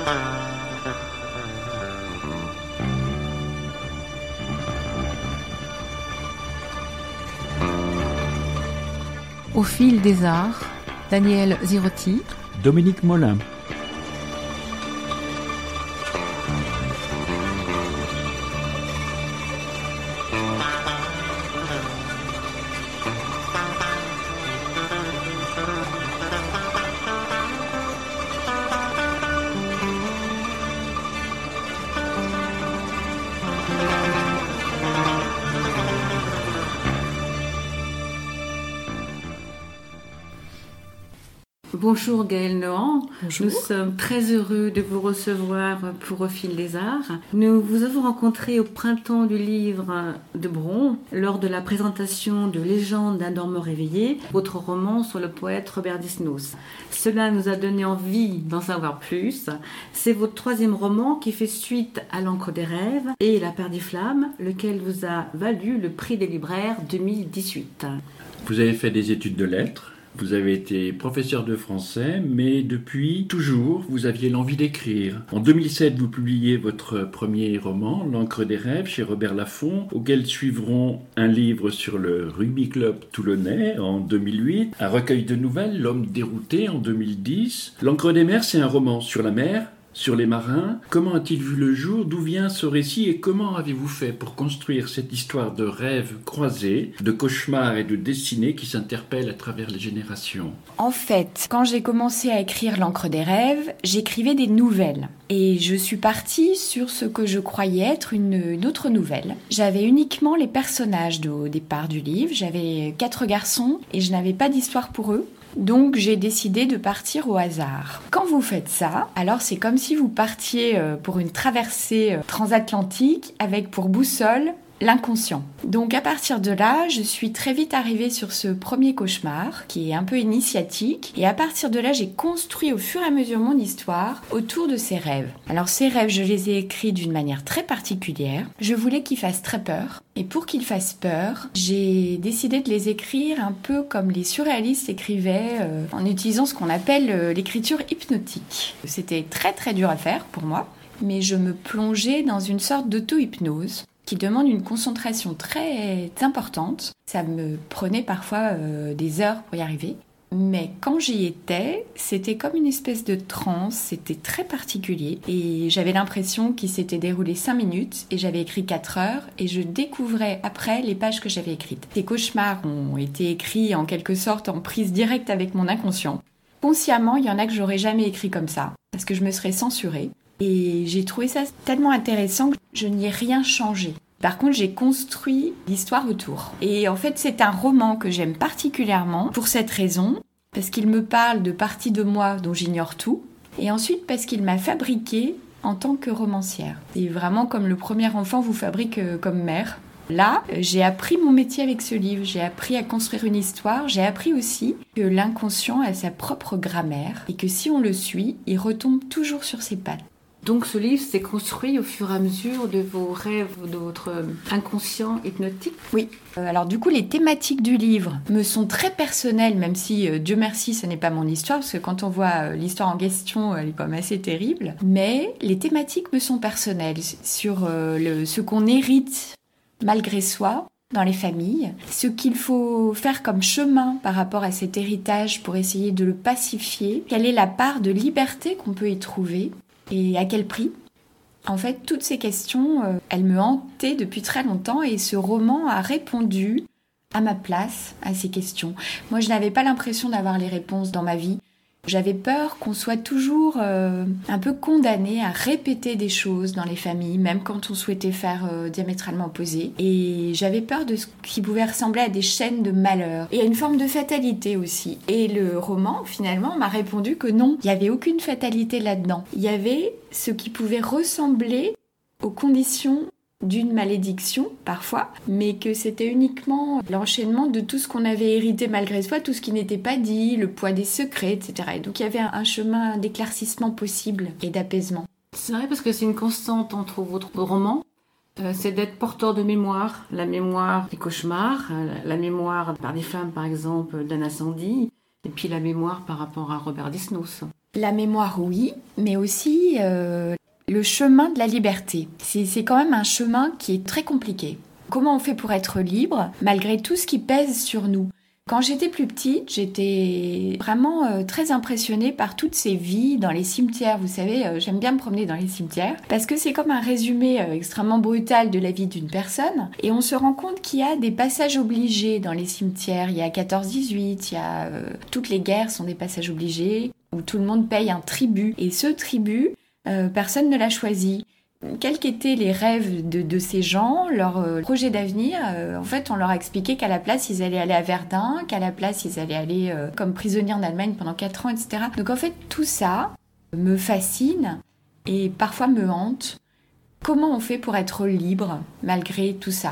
Au fil des arts, Daniel Zirotti, Dominique Molin. Bonjour Gaëlle Nohan. Bonjour. Nous sommes très heureux de vous recevoir pour Au fil des arts. Nous vous avons rencontré au printemps du livre de Bron lors de la présentation de Légende d'un dormeur éveillé, votre roman sur le poète Robert Desnos. Cela nous a donné envie d'en savoir plus. C'est votre troisième roman qui fait suite à L'encre des rêves et La paire des flammes, lequel vous a valu le prix des libraires 2018. Vous avez fait des études de lettres. Vous avez été professeur de français, mais depuis toujours, vous aviez l'envie d'écrire. En 2007, vous publiez votre premier roman, L'encre des rêves, chez Robert Laffont, auquel suivront un livre sur le rugby club toulonnais en 2008, un recueil de nouvelles, L'homme dérouté en 2010. L'encre des mers, c'est un roman sur la mer, sur les marins. Comment a-t-il vu le jour? D'où vient ce récit? Et comment avez-vous fait pour construire cette histoire de rêves croisés, de cauchemars et de destinées qui s'interpellent à travers les générations? En fait, quand j'ai commencé à écrire L'encre des rêves, j'écrivais des nouvelles. Et je suis partie sur ce que je croyais être une autre nouvelle. J'avais uniquement les personnages au départ du livre. J'avais 4 garçons et je n'avais pas d'histoire pour eux. Donc j'ai décidé de partir au hasard. Quand vous faites ça, alors c'est comme si vous partiez pour une traversée transatlantique avec pour boussole l'inconscient. Donc à partir de là, je suis très vite arrivée sur ce premier cauchemar qui est un peu initiatique et à partir de là, j'ai construit au fur et à mesure mon histoire autour de ces rêves. Alors ces rêves, je les ai écrits d'une manière très particulière. Je voulais qu'ils fassent très peur et pour qu'ils fassent peur, j'ai décidé de les écrire un peu comme les surréalistes écrivaient en utilisant ce qu'on appelle l'écriture hypnotique. C'était très très dur à faire pour moi, mais je me plongeais dans une sorte d'auto-hypnose qui demande une concentration très importante. Ça me prenait parfois des heures pour y arriver. Mais quand j'y étais, c'était comme une espèce de transe, c'était très particulier. Et j'avais l'impression qu'il s'était déroulé 5 minutes et j'avais écrit 4 heures et je découvrais après les pages que j'avais écrites. Ces cauchemars ont été écrits en quelque sorte en prise directe avec mon inconscient. Consciemment, il y en a que j'aurais jamais écrit comme ça, parce que je me serais censurée. Et j'ai trouvé ça tellement intéressant que je n'y ai rien changé. Par contre, j'ai construit l'histoire autour. Et en fait, c'est un roman que j'aime particulièrement pour cette raison, parce qu'il me parle de parties de moi dont j'ignore tout, et ensuite parce qu'il m'a fabriquée en tant que romancière. C'est vraiment comme le premier enfant vous fabrique comme mère. Là, j'ai appris mon métier avec ce livre, j'ai appris à construire une histoire, j'ai appris aussi que l'inconscient a sa propre grammaire, et que si on le suit, il retombe toujours sur ses pattes. Donc ce livre s'est construit au fur et à mesure de vos rêves, de votre inconscient hypnotique? Oui. Alors du coup, les thématiques du livre me sont très personnelles, même si, Dieu merci, ce n'est pas mon histoire, parce que quand on voit l'histoire en question, elle est quand même assez terrible. Mais les thématiques me sont personnelles, sur ce qu'on hérite malgré soi dans les familles, ce qu'il faut faire comme chemin par rapport à cet héritage pour essayer de le pacifier, quelle est la part de liberté qu'on peut y trouver, et à quel prix? En fait, toutes ces questions, elles me hantaient depuis très longtemps et ce roman a répondu à ma place à ces questions. Moi, je n'avais pas l'impression d'avoir les réponses dans ma vie. J'avais peur qu'on soit toujours un peu condamné à répéter des choses dans les familles, même quand on souhaitait faire diamétralement opposé. Et j'avais peur de ce qui pouvait ressembler à des chaînes de malheur et à une forme de fatalité aussi. Et le roman, finalement, m'a répondu que non, il n'y avait aucune fatalité là-dedans. Il y avait ce qui pouvait ressembler aux conditions d'une malédiction parfois, mais que c'était uniquement l'enchaînement de tout ce qu'on avait hérité malgré soi, tout ce qui n'était pas dit, le poids des secrets, etc. Et donc il y avait un chemin d'éclaircissement possible et d'apaisement. C'est vrai parce que c'est une constante entre votre roman, c'est d'être porteur de mémoire, la mémoire des cauchemars, la mémoire par des flammes par exemple d'un incendie, et puis la mémoire par rapport à Robert Desnos. La mémoire, oui, mais aussi le chemin de la liberté. C'est quand même un chemin qui est très compliqué. Comment on fait pour être libre, malgré tout ce qui pèse sur nous ? Quand j'étais plus petite, j'étais vraiment très impressionnée par toutes ces vies dans les cimetières. Vous savez, j'aime bien me promener dans les cimetières parce que c'est comme un résumé extrêmement brutal de la vie d'une personne. Et on se rend compte qu'il y a des passages obligés dans les cimetières. Il y a 14-18, il y a toutes les guerres sont des passages obligés où tout le monde paye un tribut. Et ce tribut, personne ne l'a choisi. Quels qu'étaient les rêves de ces gens, leur projet d'avenir, en fait, on leur a expliqué qu'à la place, ils allaient aller à Verdun, qu'à la place, ils allaient aller comme prisonniers en Allemagne pendant 4 ans, etc. Donc en fait, tout ça me fascine et parfois me hante. Comment on fait pour être libre malgré tout ça ?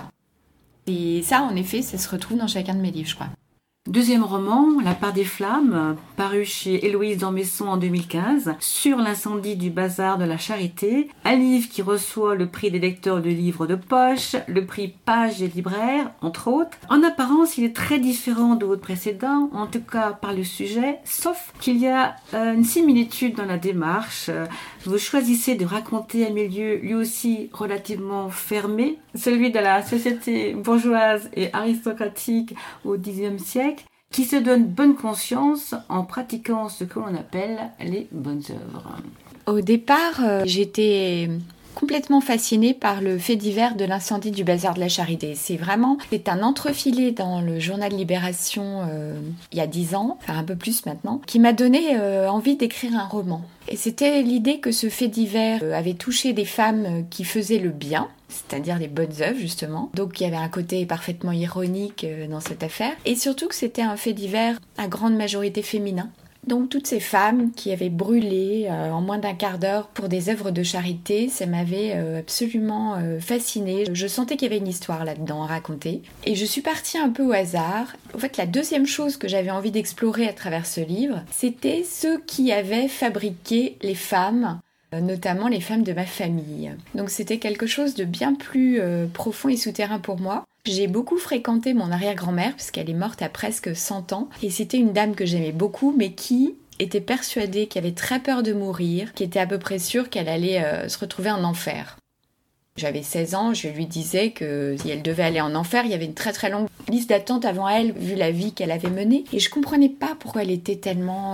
Et ça, en effet, ça se retrouve dans chacun de mes livres, je crois. Deuxième roman, La part des flammes, paru chez Héloïse d'Ormesson en 2015, sur l'incendie du bazar de la Charité, un livre qui reçoit le prix des lecteurs de livres de poche, le prix Page des libraires, entre autres. En apparence, il est très différent de votre précédent, en tout cas par le sujet, sauf qu'il y a une similitude dans la démarche. Vous choisissez de raconter un milieu lui aussi relativement fermé, celui de la société bourgeoise et aristocratique au Xe siècle, qui se donne bonne conscience en pratiquant ce que l'on appelle les bonnes œuvres. Au départ, j'étais complètement fascinée par le fait divers de l'incendie du bazar de la Charité. C'est un entrefilé dans le journal Libération il y a 10 ans, enfin un peu plus maintenant, qui m'a donné envie d'écrire un roman. Et c'était l'idée que ce fait divers avait touché des femmes qui faisaient le bien, c'est-à-dire les bonnes œuvres justement. Donc il y avait un côté parfaitement ironique dans cette affaire. Et surtout que c'était un fait divers à grande majorité féminin. Donc toutes ces femmes qui avaient brûlé en moins d'1 quart d'heure pour des œuvres de charité, ça m'avait absolument fascinée. Je sentais qu'il y avait une histoire là-dedans à raconter. Et je suis partie un peu au hasard. En fait, la deuxième chose que j'avais envie d'explorer à travers ce livre, c'était ceux qui avaient fabriqué les femmes, notamment les femmes de ma famille. Donc c'était quelque chose de bien plus profond et souterrain pour moi. J'ai beaucoup fréquenté mon arrière-grand-mère, puisqu'elle est morte à presque 100 ans, et c'était une dame que j'aimais beaucoup, mais qui était persuadée, qui avait très peur de mourir, qui était à peu près sûre qu'elle allait se retrouver en enfer. J'avais 16 ans, je lui disais que si elle devait aller en enfer, il y avait une très très longue liste d'attente avant elle, vu la vie qu'elle avait menée, et je comprenais pas pourquoi elle était tellement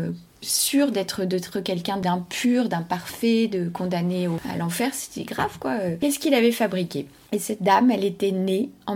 sûre d'être quelqu'un d'impur, d'imparfait, de condamné à l'enfer. C'était grave, quoi. Qu'est-ce qu'il avait fabriqué ? Et cette dame, elle était née en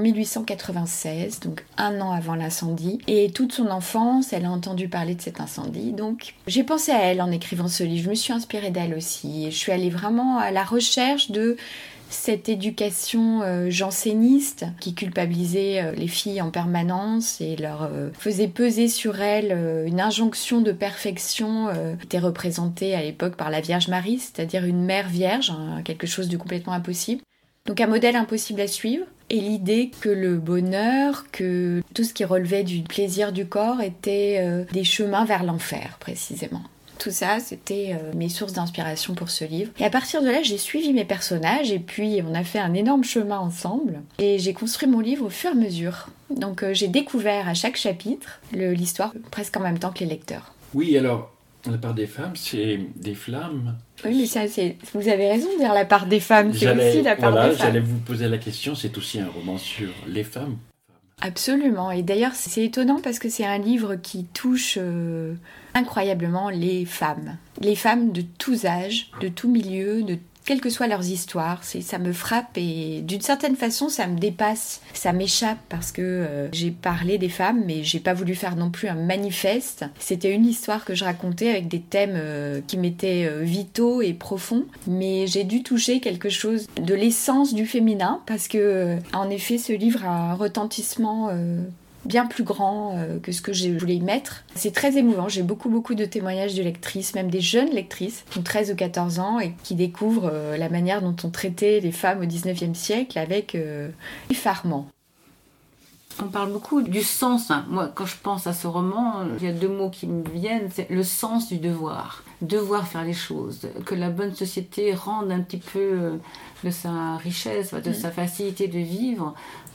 1896, donc 1 an avant l'incendie. Et toute son enfance, elle a entendu parler de cet incendie. Donc j'ai pensé à elle en écrivant ce livre. Je me suis inspirée d'elle aussi. Et je suis allée vraiment à la recherche de cette éducation janséniste qui culpabilisait les filles en permanence et leur faisait peser sur elles une injonction de perfection qui était représentée à l'époque par la Vierge Marie, c'est-à-dire une mère vierge, quelque chose de complètement impossible. Donc un modèle impossible à suivre, et l'idée que le bonheur, que tout ce qui relevait du plaisir du corps était des chemins vers l'enfer, précisément. Tout ça, c'était mes sources d'inspiration pour ce livre. Et à partir de là, j'ai suivi mes personnages, et puis on a fait un énorme chemin ensemble. Et j'ai construit mon livre au fur et à mesure. Donc j'ai découvert à chaque chapitre l'histoire presque en même temps que les lecteurs. Oui, alors, La part des femmes, c'est des flammes. Oui, mais ça, vous avez raison de dire La part des femmes, c'est aussi La part des femmes. J'allais vous poser la question, c'est aussi un roman sur les femmes. Absolument, et d'ailleurs c'est étonnant parce que c'est un livre qui touche incroyablement les femmes de tous âges, de tous milieux, de quelles que soient leurs histoires. Ça me frappe et d'une certaine façon ça me dépasse, ça m'échappe parce que j'ai parlé des femmes mais j'ai pas voulu faire non plus un manifeste. C'était une histoire que je racontais avec des thèmes qui m'étaient vitaux et profonds, mais j'ai dû toucher quelque chose de l'essence du féminin parce que en effet ce livre a un retentissement bien plus grand que ce que je voulais y mettre. C'est très émouvant, j'ai beaucoup de témoignages de lectrices, même des jeunes lectrices, qui ont 13 ou 14 ans et qui découvrent la manière dont on traitait les femmes au XIXe siècle avec effarement. On parle beaucoup du sens. Moi, quand je pense à ce roman, il y a 2 mots qui me viennent, c'est le sens du devoir. Devoir faire les choses. Que la bonne société rende un petit peu de sa richesse, de sa facilité de vivre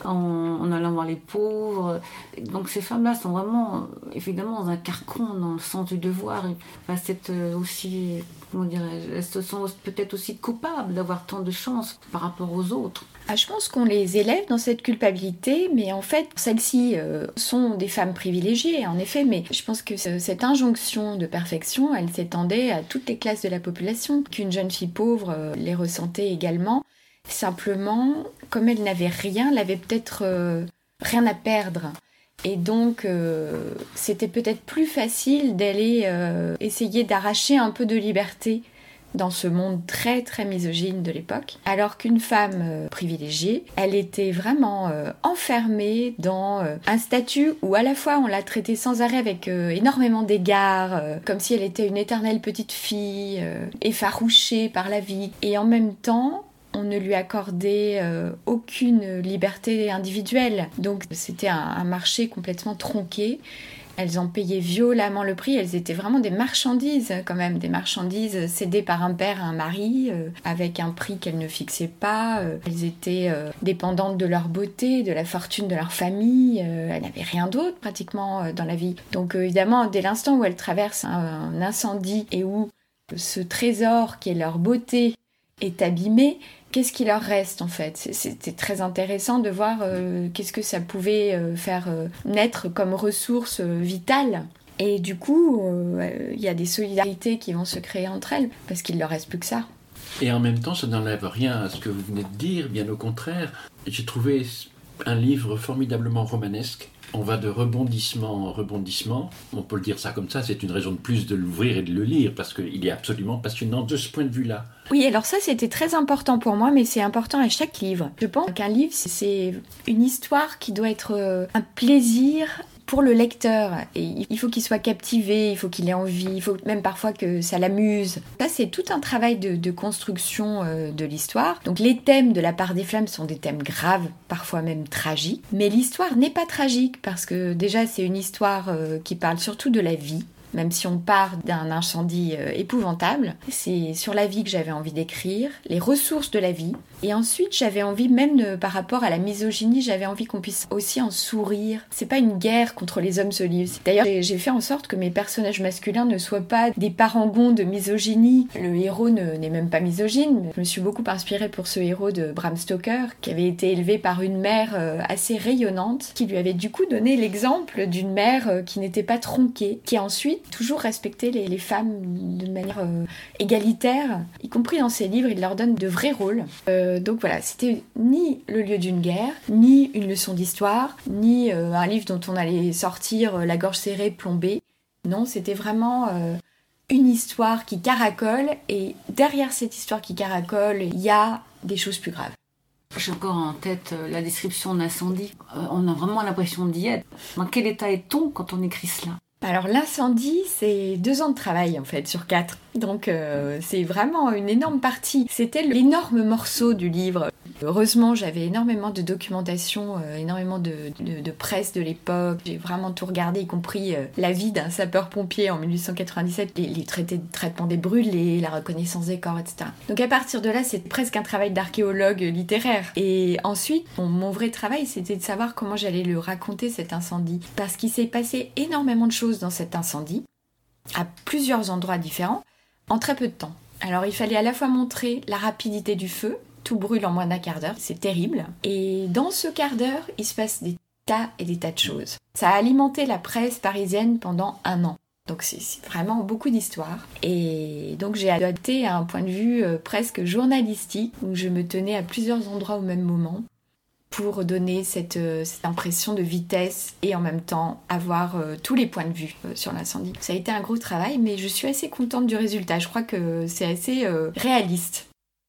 en allant voir les pauvres. Donc ces femmes-là sont vraiment, évidemment, dans un carcan, dans le sens du devoir. C'est aussi, comment dirais-je, elles se sont peut-être aussi coupables d'avoir tant de chance par rapport aux autres. Je pense qu'on les élève dans cette culpabilité, mais en fait, celles-ci sont des femmes privilégiées, en effet, mais je pense que cette injonction de perfection, elle s'étendait à toutes les classes de la population, qu'une jeune fille pauvre les ressentait également. Simplement, comme elle n'avait rien, elle avait peut-être rien à perdre. Et donc, c'était peut-être plus facile d'aller essayer d'arracher un peu de liberté dans ce monde très très misogyne de l'époque, alors qu'une femme privilégiée, elle était vraiment enfermée dans un statut où à la fois on la traitait sans arrêt avec énormément d'égards, comme si elle était une éternelle petite fille, effarouchée par la vie, et en même temps on ne lui accordait aucune liberté individuelle. Donc c'était un marché complètement tronqué. Elles en payaient violemment le prix, elles étaient vraiment des marchandises quand même, des marchandises cédées par un père à un mari, avec un prix qu'elles ne fixaient pas. Elles étaient dépendantes de leur beauté, de la fortune de leur famille, elles n'avaient rien d'autre pratiquement dans la vie. Donc évidemment, dès l'instant où elles traversent un incendie et où ce trésor qui est leur beauté est abîmé, qu'est-ce qui leur reste en fait ? C'était très intéressant de voir qu'est-ce que ça pouvait faire naître comme ressource vitale. Et du coup, il y a des solidarités qui vont se créer entre elles, parce qu'il ne leur reste plus que ça. Et en même temps, ça n'enlève rien à ce que vous venez de dire, bien au contraire. J'ai trouvé un livre formidablement romanesque. On va de rebondissement en rebondissement. On peut le dire ça comme ça, c'est une raison de plus de l'ouvrir et de le lire, parce qu'il est absolument passionnant de ce point de vue-là. Oui, alors ça, c'était très important pour moi, mais c'est important à chaque livre. Je pense qu'un livre, c'est une histoire qui doit être un plaisir pour le lecteur. Et il faut qu'il soit captivé, il faut qu'il ait envie, il faut même parfois que ça l'amuse. Ça, c'est tout un travail de construction de l'histoire. Donc les thèmes de La part des flammes sont des thèmes graves, parfois même tragiques. Mais l'histoire n'est pas tragique, parce que déjà, c'est une histoire qui parle surtout de la vie. Même si on part d'un incendie épouvantable, c'est sur la vie que j'avais envie d'écrire, les ressources de la vie. Et ensuite, j'avais envie, même par rapport à la misogynie, j'avais envie qu'on puisse aussi en sourire. C'est pas une guerre contre les hommes ce livre. D'ailleurs, j'ai fait en sorte que mes personnages masculins ne soient pas des parangons de misogynie. Le héros n'est même pas misogyne. Je me suis beaucoup inspirée pour ce héros de Bram Stoker, qui avait été élevé par une mère assez rayonnante, qui lui avait du coup donné l'exemple d'une mère qui n'était pas tronquée, qui ensuite toujours respecter les femmes de manière égalitaire, y compris dans ses livres, il leur donne de vrais rôles. Donc voilà, c'était ni le lieu d'une guerre, ni une leçon d'histoire, ni un livre dont on allait sortir la gorge serrée, plombée. Non, c'était vraiment une histoire qui caracole, et derrière cette histoire qui caracole, il y a des choses plus graves. J'ai encore en tête la description d'incendie. On a vraiment l'impression d'y être. Dans quel état est-on quand on écrit cela ? Alors l'incendie, c'est 2 ans de travail en fait, sur 4. Donc c'est vraiment une énorme partie. C'était l'énorme morceau du livre. Heureusement, j'avais énormément de documentation, énormément de presse de l'époque. J'ai vraiment tout regardé, y compris la vie d'un sapeur-pompier en 1897, les traitements des brûlés, la reconnaissance des corps, etc. Donc à partir de là, c'est presque un travail d'archéologue littéraire. Et ensuite, mon vrai travail, c'était de savoir comment j'allais le raconter, cet incendie. Parce qu'il s'est passé énormément de choses dans cet incendie, à plusieurs endroits différents, en très peu de temps. Alors il fallait à la fois montrer la rapidité du feu, tout brûle en moins d'un quart d'heure, c'est terrible. Et dans ce quart d'heure, il se passe des tas et des tas de choses. Ça a alimenté la presse parisienne pendant 1 an. Donc c'est vraiment beaucoup d'histoires. Et donc j'ai adopté un point de vue presque journalistique, où je me tenais à plusieurs endroits au même moment, pour donner cette impression de vitesse et en même temps avoir tous les points de vue sur l'incendie. Ça a été un gros travail, mais je suis assez contente du résultat. Je crois que c'est assez réaliste.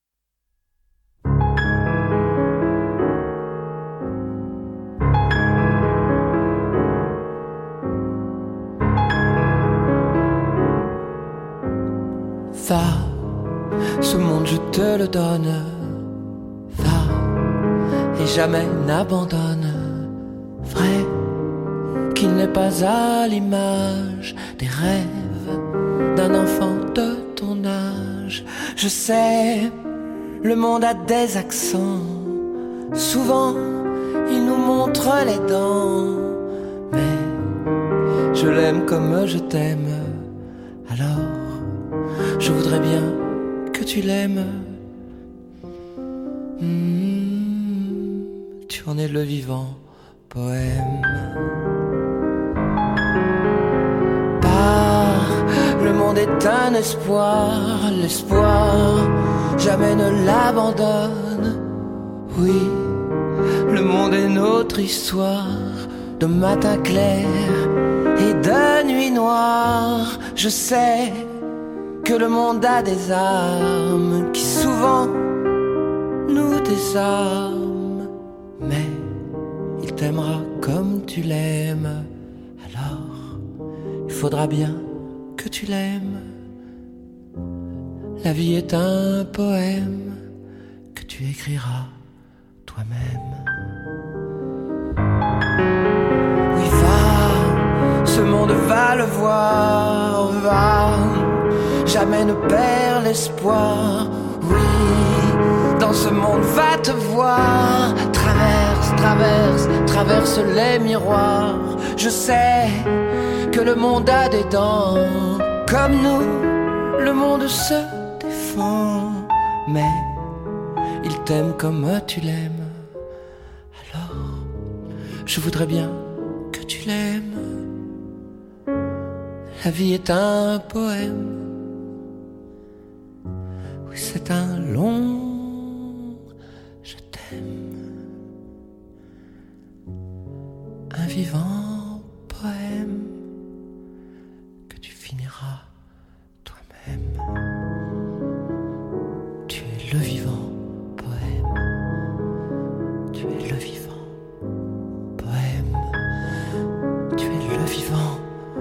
Va, ce monde je te le donne. Va, et jamais n'abandonne. vrai qu'il n'est pas à l'image des rêves d'un enfant de ton âge. Je sais, le monde a des accents, souvent il nous montre les dents, mais je l'aime comme je t'aime, alors je voudrais bien que tu l'aimes. Tu en es le vivant poème. Le monde est un espoir, l'espoir jamais ne l'abandonne. Oui, le monde est notre histoire, de matin clair et de nuit noire. Je sais que le monde a des armes qui souvent nous désarment, mais il t'aimera comme tu l'aimes, alors il faudra bien que tu l'aimes. La vie est un poème que tu écriras toi-même. Oui, va, ce monde va le voir, va, jamais ne perds l'espoir. Oui, dans ce monde va te voir, traverse, traverse, traverse les miroirs. Je sais que le monde a des dents, comme nous, le monde se défend, mais il t'aime comme tu l'aimes, alors je voudrais bien que tu l'aimes. La vie est un poème, oui c'est un long je t'aime, un vivant poème que tu finiras toi-même. Tu es le vivant poème, tu es le vivant poème, tu es le vivant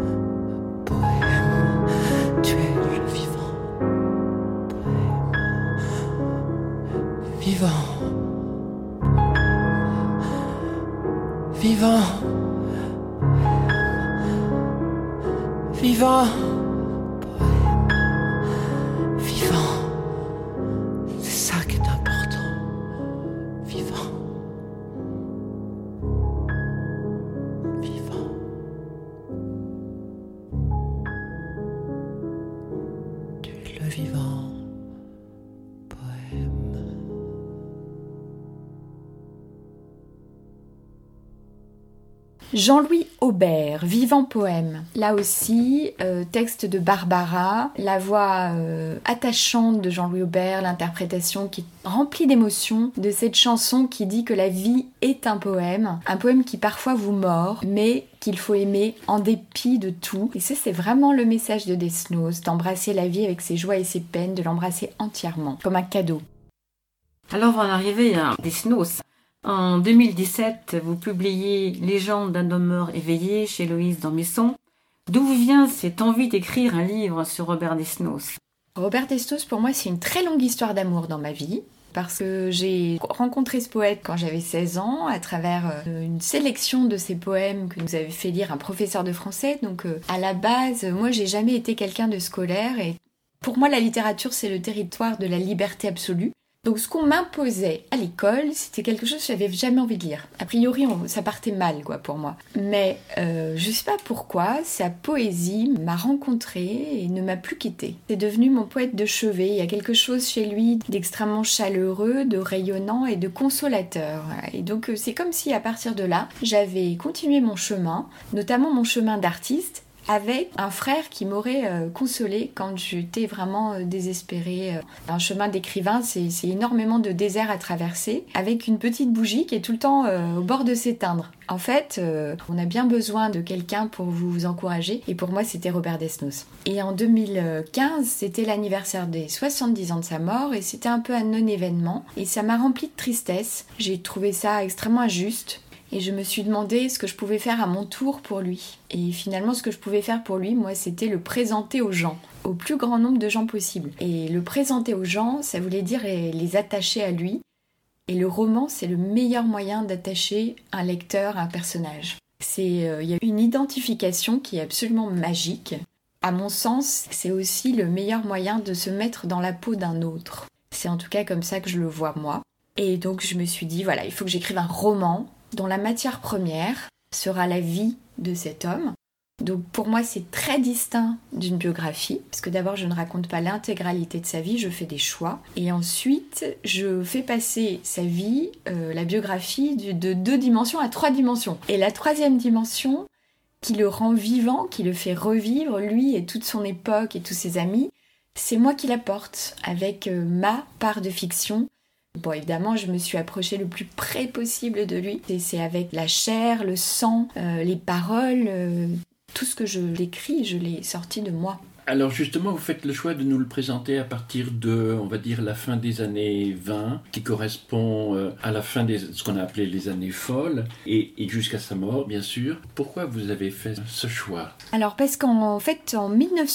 poème, tu es le vivant poème, vivant, vivant, vivant poème, vivant, c'est ça qui est important, vivant, vivant. Tu es le vivant poème. Jean-Louis Aubert, Vivant poème. Là aussi, texte de Barbara, la voix attachante de Jean-Louis Aubert, l'interprétation qui est remplie d'émotion de cette chanson qui dit que la vie est un poème qui parfois vous mord, mais qu'il faut aimer en dépit de tout. Et ça, c'est vraiment le message de Desnos, d'embrasser la vie avec ses joies et ses peines, de l'embrasser entièrement, comme un cadeau. Alors, on va en arriver à Desnos. En 2017, vous publiez Légende d'un homme mort éveillé chez Loïs Dormesson. D'où vous vient cette envie d'écrire un livre sur Robert Desnos ? Robert Desnos, pour moi, c'est une très longue histoire d'amour dans ma vie. Parce que j'ai rencontré ce poète quand j'avais 16 ans, à travers une sélection de ses poèmes que nous avait fait lire un professeur de français. Donc, à la base, moi, j'ai jamais été quelqu'un de scolaire. Et pour moi, la littérature, c'est le territoire de la liberté absolue. Donc ce qu'on m'imposait à l'école, c'était quelque chose que j'avais jamais envie de lire. A priori, ça partait mal pour moi. Mais je sais pas pourquoi, sa poésie m'a rencontrée et ne m'a plus quittée. C'est devenu mon poète de chevet. Il y a quelque chose chez lui d'extrêmement chaleureux, de rayonnant et de consolateur. Et donc c'est comme si à partir de là, j'avais continué mon chemin, notamment mon chemin d'artiste, avec un frère qui m'aurait consolée quand j'étais vraiment désespérée. Un chemin d'écrivain, c'est énormément de désert à traverser, avec une petite bougie qui est tout le temps au bord de s'éteindre. En fait, on a bien besoin de quelqu'un pour vous encourager, et pour moi, c'était Robert Desnos. Et en 2015, c'était l'anniversaire des 70 ans de sa mort, et c'était un peu un non-événement, et ça m'a rempli de tristesse. J'ai trouvé ça extrêmement injuste. Et je me suis demandé ce que je pouvais faire à mon tour pour lui. Et finalement, ce que je pouvais faire pour lui, moi, c'était le présenter aux gens, au plus grand nombre de gens possible. Et le présenter aux gens, ça voulait dire les attacher à lui Et le roman, c'est le meilleur moyen d'attacher un lecteur à un personnage. Il y a une identification qui est absolument magique. À mon sens, c'est aussi le meilleur moyen de se mettre dans la peau d'un autre. C'est en tout cas comme ça que je le vois moi. Et donc je me suis dit, voilà, il faut que j'écrive un roman dont la matière première sera la vie de cet homme. Donc pour moi, c'est très distinct d'une biographie, parce que d'abord, je ne raconte pas l'intégralité de sa vie, je fais des choix. Et ensuite, je fais passer sa vie, la biographie, de 2 dimensions à 3 dimensions. Et la 3e dimension, qui le rend vivant, qui le fait revivre, lui et toute son époque et tous ses amis, c'est moi qui l'apporte, avec ma part de fiction. Bon, évidemment, je me suis approchée le plus près possible de lui. Et c'est avec la chair, le sang, les paroles, tout ce que je l'écris, je l'ai sorti de moi. Alors justement, vous faites le choix de nous le présenter à partir de, on va dire, la fin des années 20, qui correspond à la fin de ce qu'on a appelé les années folles, et jusqu'à sa mort, bien sûr. Pourquoi vous avez fait ce choix ? Alors parce qu'en fait, en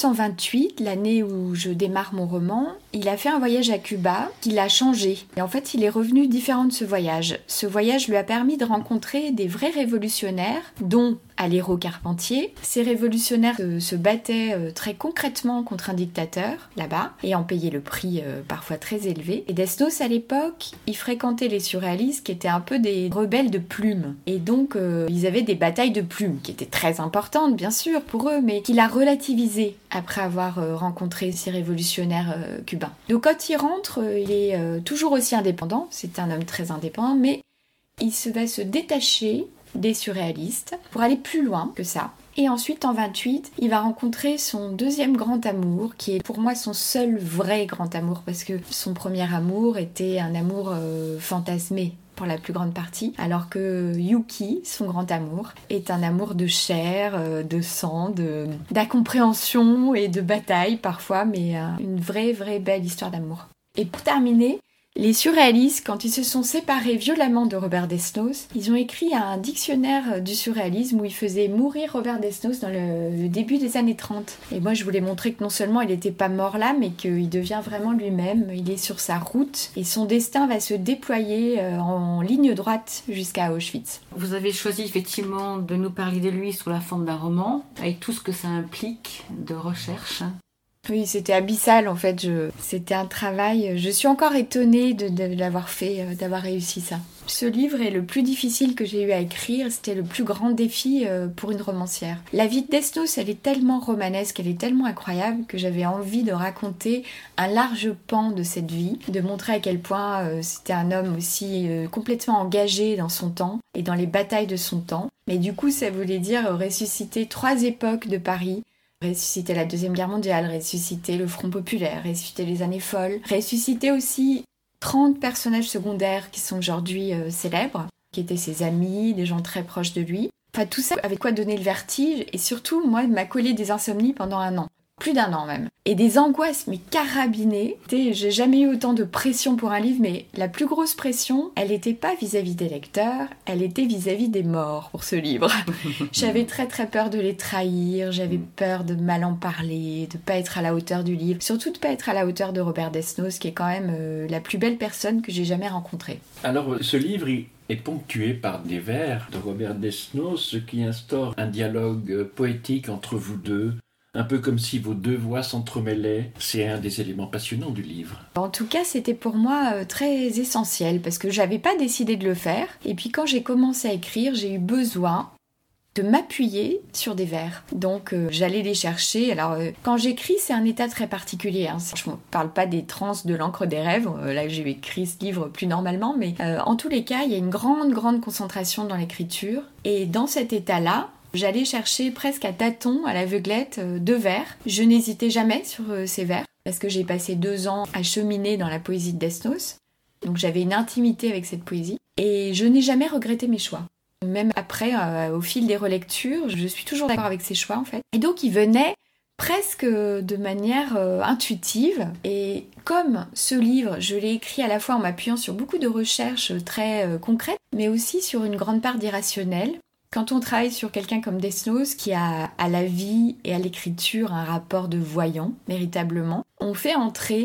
1928, l'année où je démarre mon roman, il a fait un voyage à Cuba qui l'a changé. Et en fait, il est revenu différent de ce voyage. Ce voyage lui a permis de rencontrer des vrais révolutionnaires, dont Aléro Carpentier. Ces révolutionnaires se battaient très concrètement contre un dictateur, là-bas, et en payaient le prix parfois très élevé. Et Desnos, à l'époque, il fréquentait les surréalistes qui étaient un peu des rebelles de plumes. Et donc, ils avaient des batailles de plumes, qui étaient très importantes, bien sûr, pour eux, mais qu'il a relativisé après avoir rencontré ces révolutionnaires cubains. Donc, quand il rentre, il est toujours aussi indépendant. C'est un homme très indépendant, mais il va se détacher des surréalistes pour aller plus loin que ça. Et ensuite, en 28, il va rencontrer son 2e grand amour, qui est pour moi son seul vrai grand amour, parce que son premier amour était un amour fantasmé pour la plus grande partie, alors que Yuki, son grand amour, est un amour de chair, de sang, d'incompréhension et de bataille parfois, mais une vraie belle histoire d'amour. Et pour terminer, les surréalistes, quand ils se sont séparés violemment de Robert Desnos, ils ont écrit un dictionnaire du surréalisme où ils faisaient mourir Robert Desnos dans le début des années 30. Et moi, je voulais montrer que non seulement il n'était pas mort là, mais qu'il devient vraiment lui-même. Il est sur sa route et son destin va se déployer en ligne droite jusqu'à Auschwitz. Vous avez choisi effectivement de nous parler de lui sous la forme d'un roman, avec tout ce que ça implique de recherche. Oui, c'était abyssal en fait, c'était un travail, je suis encore étonnée de l'avoir fait, d'avoir réussi ça. Ce livre est le plus difficile que j'ai eu à écrire, c'était le plus grand défi pour une romancière. La vie de Desnos, elle est tellement romanesque, elle est tellement incroyable que j'avais envie de raconter un large pan de cette vie, de montrer à quel point c'était un homme aussi complètement engagé dans son temps et dans les batailles de son temps. Mais du coup, ça voulait dire ressusciter 3 époques de Paris, ressusciter la Deuxième Guerre mondiale, ressusciter le Front populaire, ressusciter les années folles, ressusciter aussi 30 personnages secondaires qui sont aujourd'hui célèbres, qui étaient ses amis, des gens très proches de lui. Enfin, tout ça avait quoi donner le vertige, et surtout, moi, il m'a collé des insomnies pendant 1 an. Plus d'1 an même. Et des angoisses, mais carabinées. J'ai jamais eu autant de pression pour un livre, mais la plus grosse pression, elle n'était pas vis-à-vis des lecteurs, elle était vis-à-vis des morts pour ce livre. J'avais très peur de les trahir, j'avais peur de mal en parler, de pas être à la hauteur du livre, surtout de pas être à la hauteur de Robert Desnos, qui est quand même la plus belle personne que j'ai jamais rencontrée. Alors, ce livre est ponctué par des vers de Robert Desnos, ce qui instaure un dialogue poétique entre vous deux, un peu comme si vos 2 voix s'entremêlaient. C'est un des éléments passionnants du livre. En tout cas, c'était pour moi très essentiel, parce que j'avais pas décidé de le faire. Et puis quand j'ai commencé à écrire, j'ai eu besoin de m'appuyer sur des vers. Donc j'allais les chercher. Alors quand j'écris, c'est un état très particulier. Hein. Je ne parle pas des transes de l'encre des rêves. Là, j'ai écrit ce livre plus normalement. Mais en tous les cas, il y a une grande concentration dans l'écriture. Et dans cet état-là, j'allais chercher presque à tâtons, à l'aveuglette, 2 vers. Je n'hésitais jamais sur ces vers, parce que j'ai passé 2 ans à cheminer dans la poésie de Desnos. Donc j'avais une intimité avec cette poésie. Et je n'ai jamais regretté mes choix. Même après, au fil des relectures, je suis toujours d'accord avec ces choix, en fait. Et donc, ils venaient presque de manière intuitive. Et comme ce livre, je l'ai écrit à la fois en m'appuyant sur beaucoup de recherches très concrètes, mais aussi sur une grande part d'irrationnel. Quand on travaille sur quelqu'un comme Desnos, qui a à la vie et à l'écriture un rapport de voyant, véritablement, on fait entrer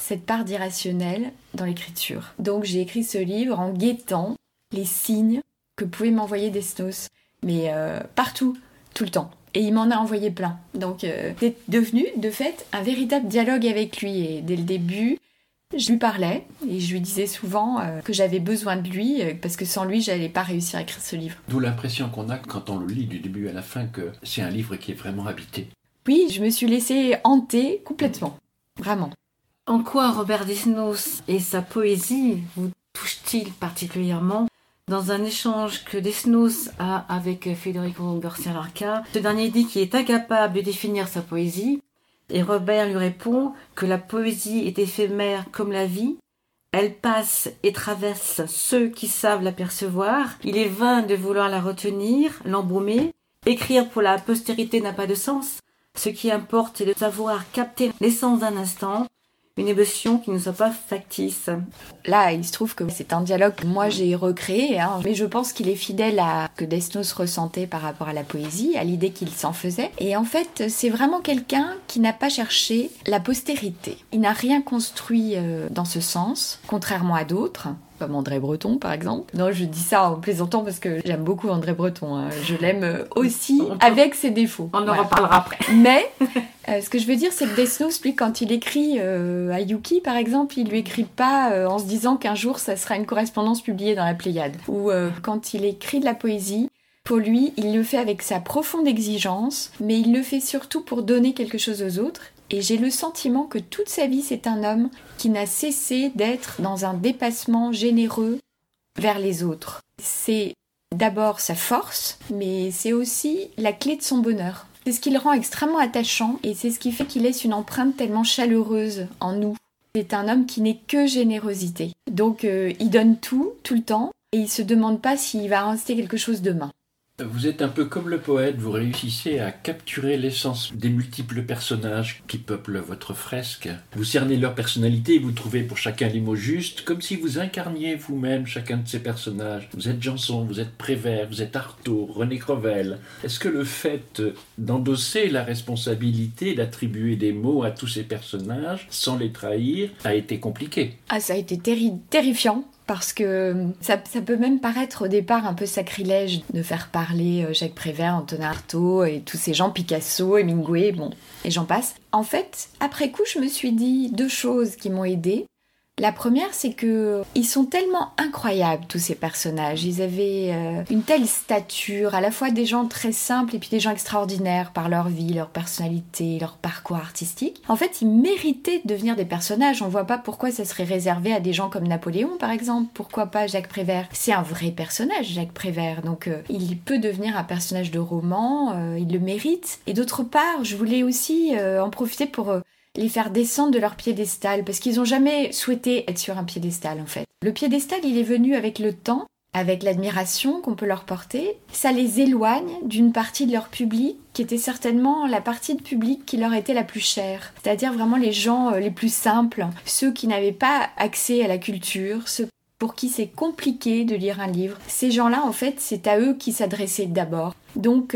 cette part d'irrationnel dans l'écriture. Donc j'ai écrit ce livre en guettant les signes que pouvait m'envoyer Desnos, mais partout, tout le temps. Et il m'en a envoyé plein. Donc c'est devenu, de fait, un véritable dialogue avec lui. Et dès le début, je lui parlais et je lui disais souvent que j'avais besoin de lui, parce que sans lui, j'allais pas réussir à écrire ce livre. D'où l'impression qu'on a quand on le lit du début à la fin que c'est un livre qui est vraiment habité. Oui, je me suis laissée hanter complètement. Vraiment. En quoi Robert Desnos et sa poésie vous touchent-ils particulièrement? Dans un échange que Desnos a avec Federico Garcia Lorca, ce dernier dit qu'il est incapable de définir sa poésie, et Robert lui répond que la poésie est éphémère comme la vie. Elle passe et traverse ceux qui savent l'apercevoir. Il est vain de vouloir la retenir, l'embaumer. Écrire pour la postérité n'a pas de sens. Ce qui importe est de savoir capter l'essence d'un instant, une émotion qui ne soit pas factice. Là, il se trouve que c'est un dialogue que moi j'ai recréé, mais je pense qu'il est fidèle à ce que Desnos ressentait par rapport à la poésie, à l'idée qu'il s'en faisait. Et en fait, c'est vraiment quelqu'un qui n'a pas cherché la postérité. Il n'a rien construit dans ce sens, contrairement à d'autres. Comme André Breton par exemple. Non, je dis ça en plaisantant parce que j'aime beaucoup André Breton. Je l'aime aussi avec ses défauts. On en reparlera après. Mais ce que je veux dire, c'est que Desnos, lui, quand il écrit à Yuki par exemple, il lui écrit pas en se disant qu'un jour ça sera une correspondance publiée dans la Pléiade. Ou quand il écrit de la poésie, pour lui, il le fait avec sa profonde exigence, mais il le fait surtout pour donner quelque chose aux autres. Et j'ai le sentiment que toute sa vie, c'est un homme qui n'a cessé d'être dans un dépassement généreux vers les autres. C'est d'abord sa force, mais c'est aussi la clé de son bonheur. C'est ce qui le rend extrêmement attachant et c'est ce qui fait qu'il laisse une empreinte tellement chaleureuse en nous. C'est un homme qui n'est que générosité. Donc il donne tout le temps, et il se demande pas s'il va rester quelque chose demain. Vous êtes un peu comme le poète, vous réussissez à capturer l'essence des multiples personnages qui peuplent votre fresque. Vous cernez leur personnalité et vous trouvez pour chacun les mots justes, comme si vous incarniez vous-même chacun de ces personnages. Vous êtes Janson, vous êtes Prévert, vous êtes Artaud, René Crevel. Est-ce que le fait d'endosser la responsabilité d'attribuer des mots à tous ces personnages sans les trahir a été compliqué? Ah, ça a été terrifiant. Parce que ça peut même paraître au départ un peu sacrilège de faire parler Jacques Prévert, Antonin Artaud et tous ces gens, Picasso, Hemingway, bon, et j'en passe. En fait, après coup, je me suis dit 2 choses qui m'ont aidée. La première, c'est que ils sont tellement incroyables, tous ces personnages. Ils avaient une telle stature, à la fois des gens très simples et puis des gens extraordinaires par leur vie, leur personnalité, leur parcours artistique. En fait, ils méritaient de devenir des personnages. On voit pas pourquoi ça serait réservé à des gens comme Napoléon, par exemple. Pourquoi pas Jacques Prévert? C'est un vrai personnage, Jacques Prévert. Donc, il peut devenir un personnage de roman, il le mérite. Et d'autre part, je voulais aussi en profiter pour les faire descendre de leur piédestal, parce qu'ils n'ont jamais souhaité être sur un piédestal en fait. Le piédestal, il est venu avec le temps, avec l'admiration qu'on peut leur porter. Ça les éloigne d'une partie de leur public qui était certainement la partie de public qui leur était la plus chère. C'est-à-dire vraiment les gens les plus simples, ceux qui n'avaient pas accès à la culture, ceux pour qui c'est compliqué de lire un livre. Ces gens-là, en fait, c'est à eux qui s'adressaient d'abord. Donc,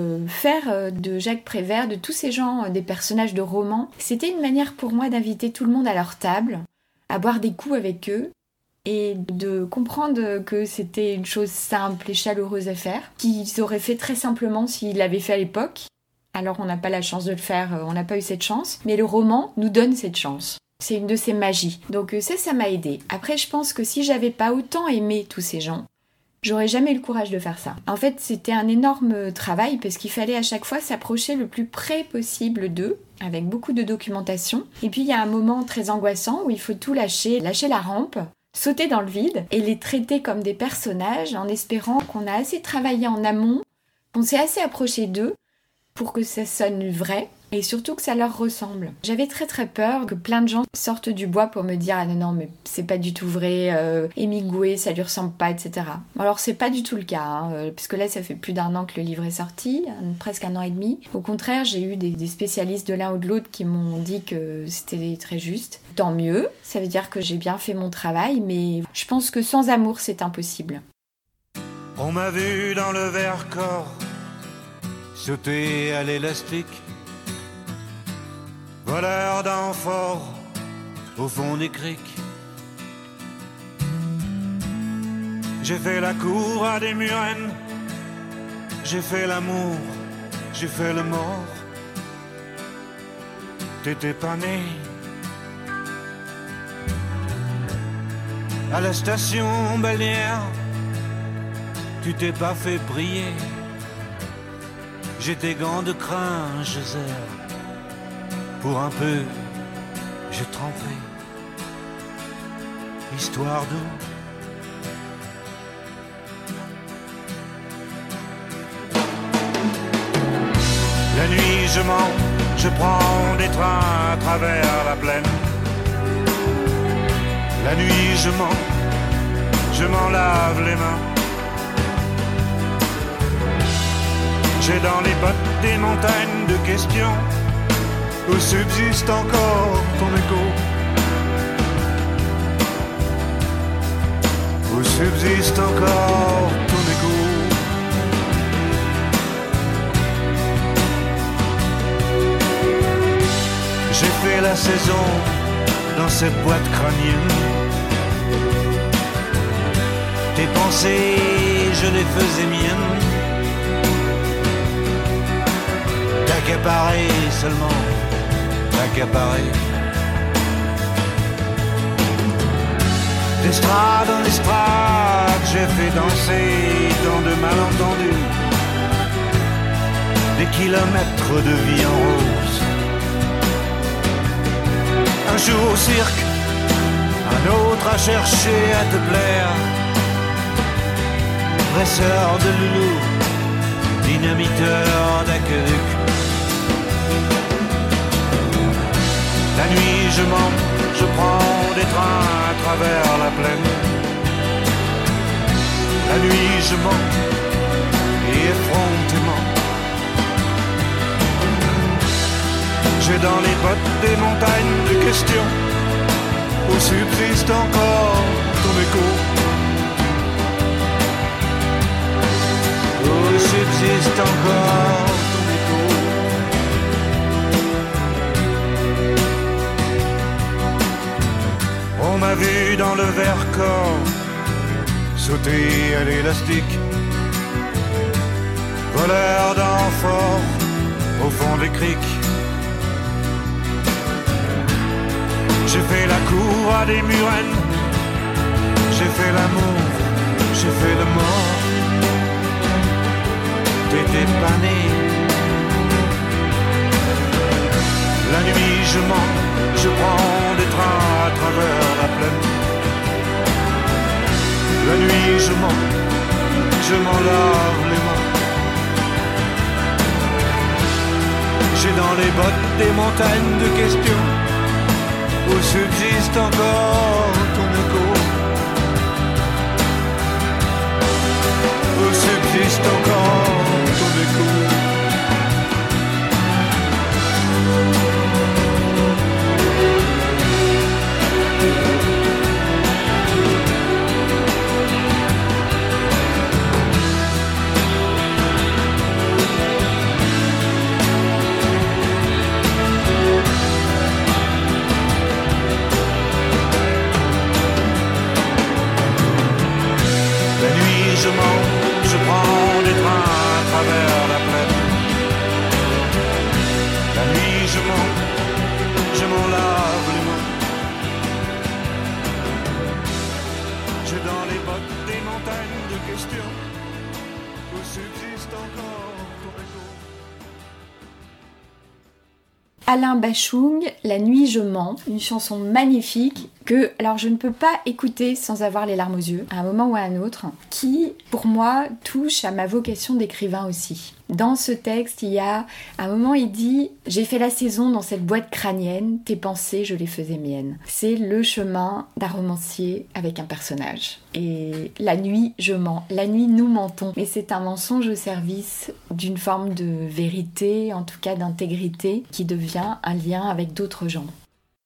faire de Jacques Prévert, de tous ces gens, des personnages de romans, c'était une manière pour moi d'inviter tout le monde à leur table, à boire des coups avec eux, et de comprendre que c'était une chose simple et chaleureuse à faire, qu'ils auraient fait très simplement s'ils l'avaient fait à l'époque. Alors, on n'a pas la chance de le faire, on n'a pas eu cette chance, mais le roman nous donne cette chance. C'est une de ces magies. Donc ça m'a aidée. Après, je pense que si j'avais pas autant aimé tous ces gens, j'aurais jamais eu le courage de faire ça. En fait, c'était un énorme travail parce qu'il fallait à chaque fois s'approcher le plus près possible d'eux, avec beaucoup de documentation. Et puis, il y a un moment très angoissant où il faut tout lâcher la rampe, sauter dans le vide et les traiter comme des personnages en espérant qu'on a assez travaillé en amont, qu'on s'est assez approché d'eux pour que ça sonne vrai. Et surtout que ça leur ressemble. J'avais très très peur que plein de gens sortent du bois pour me dire « Ah non, mais c'est pas du tout vrai, Hemingway, ça lui ressemble pas, etc. » Alors c'est pas du tout le cas, puisque là ça fait plus d'1 an que le livre est sorti, presque 1 an et demi. Au contraire, j'ai eu des spécialistes de l'un ou de l'autre qui m'ont dit que c'était très juste. Tant mieux, ça veut dire que j'ai bien fait mon travail, mais je pense que sans amour c'est impossible. On m'a vu dans le Vercors sauter à l'élastique, voleur d'amphores au fond des criques. J'ai fait la cour à des murennes, j'ai fait l'amour, j'ai fait le mort. T'étais pas né. À la station balnéaire, tu t'es pas fait briller. J'ai tes gants de crin, je serre. Pour un peu, j'ai trempé. Histoire d'eau. La nuit je mens, je prends des trains à travers la plaine. La nuit je mens, je m'en lave les mains. J'ai dans les bottes des montagnes de questions où subsiste encore ton écho. Où subsiste encore ton écho. J'ai fait la saison dans cette boîte crânienne. Tes pensées, je les faisais miennes. T'accaparer seulement, t'accaparer. D'estrade en estrade, j'ai fait danser dans de malentendus. Des kilomètres de vie en rose. Un jour au cirque, un autre à chercher à te plaire. Presseur de loulou, dynamiteur d'aqueduc. La nuit je mens, je prends des trains à travers la plaine. La nuit je mens, et effrontément. J'ai dans les bottes des montagnes de questions où subsiste encore ton écho. Où subsiste encore ton écho. On m'a vu dans le Vercors sauter à l'élastique. Voleur d'amphores au fond des criques. J'ai fait la cour à des murennes. J'ai fait l'amour, j'ai fait le mort. T'étais pas né. La nuit je mens, je prends des trains à travers la plaine. La nuit je mens, je m'en lave les mains. J'ai dans les bottes des montagnes de questions où subsiste encore ton écho. Où subsiste encore ton écho. Je mens, je prends des trains à travers la plaine. La nuit je mens, je m'en lave les mains. J'ai dans les bottes des montagnes de questions où subsiste encore ton écho. Alain Bachung, La nuit je mens, une chanson magnifique que alors je ne peux pas écouter sans avoir les larmes aux yeux, à un moment ou à un autre, qui pour moi touche à ma vocation d'écrivain aussi. Dans ce texte, il y a un moment, il dit « J'ai fait la saison dans cette boîte crânienne, tes pensées, je les faisais miennes ». C'est le chemin d'un romancier avec un personnage. Et la nuit, je mens. La nuit, nous mentons. Mais c'est un mensonge au service d'une forme de vérité, en tout cas d'intégrité, qui devient un lien avec d'autres gens.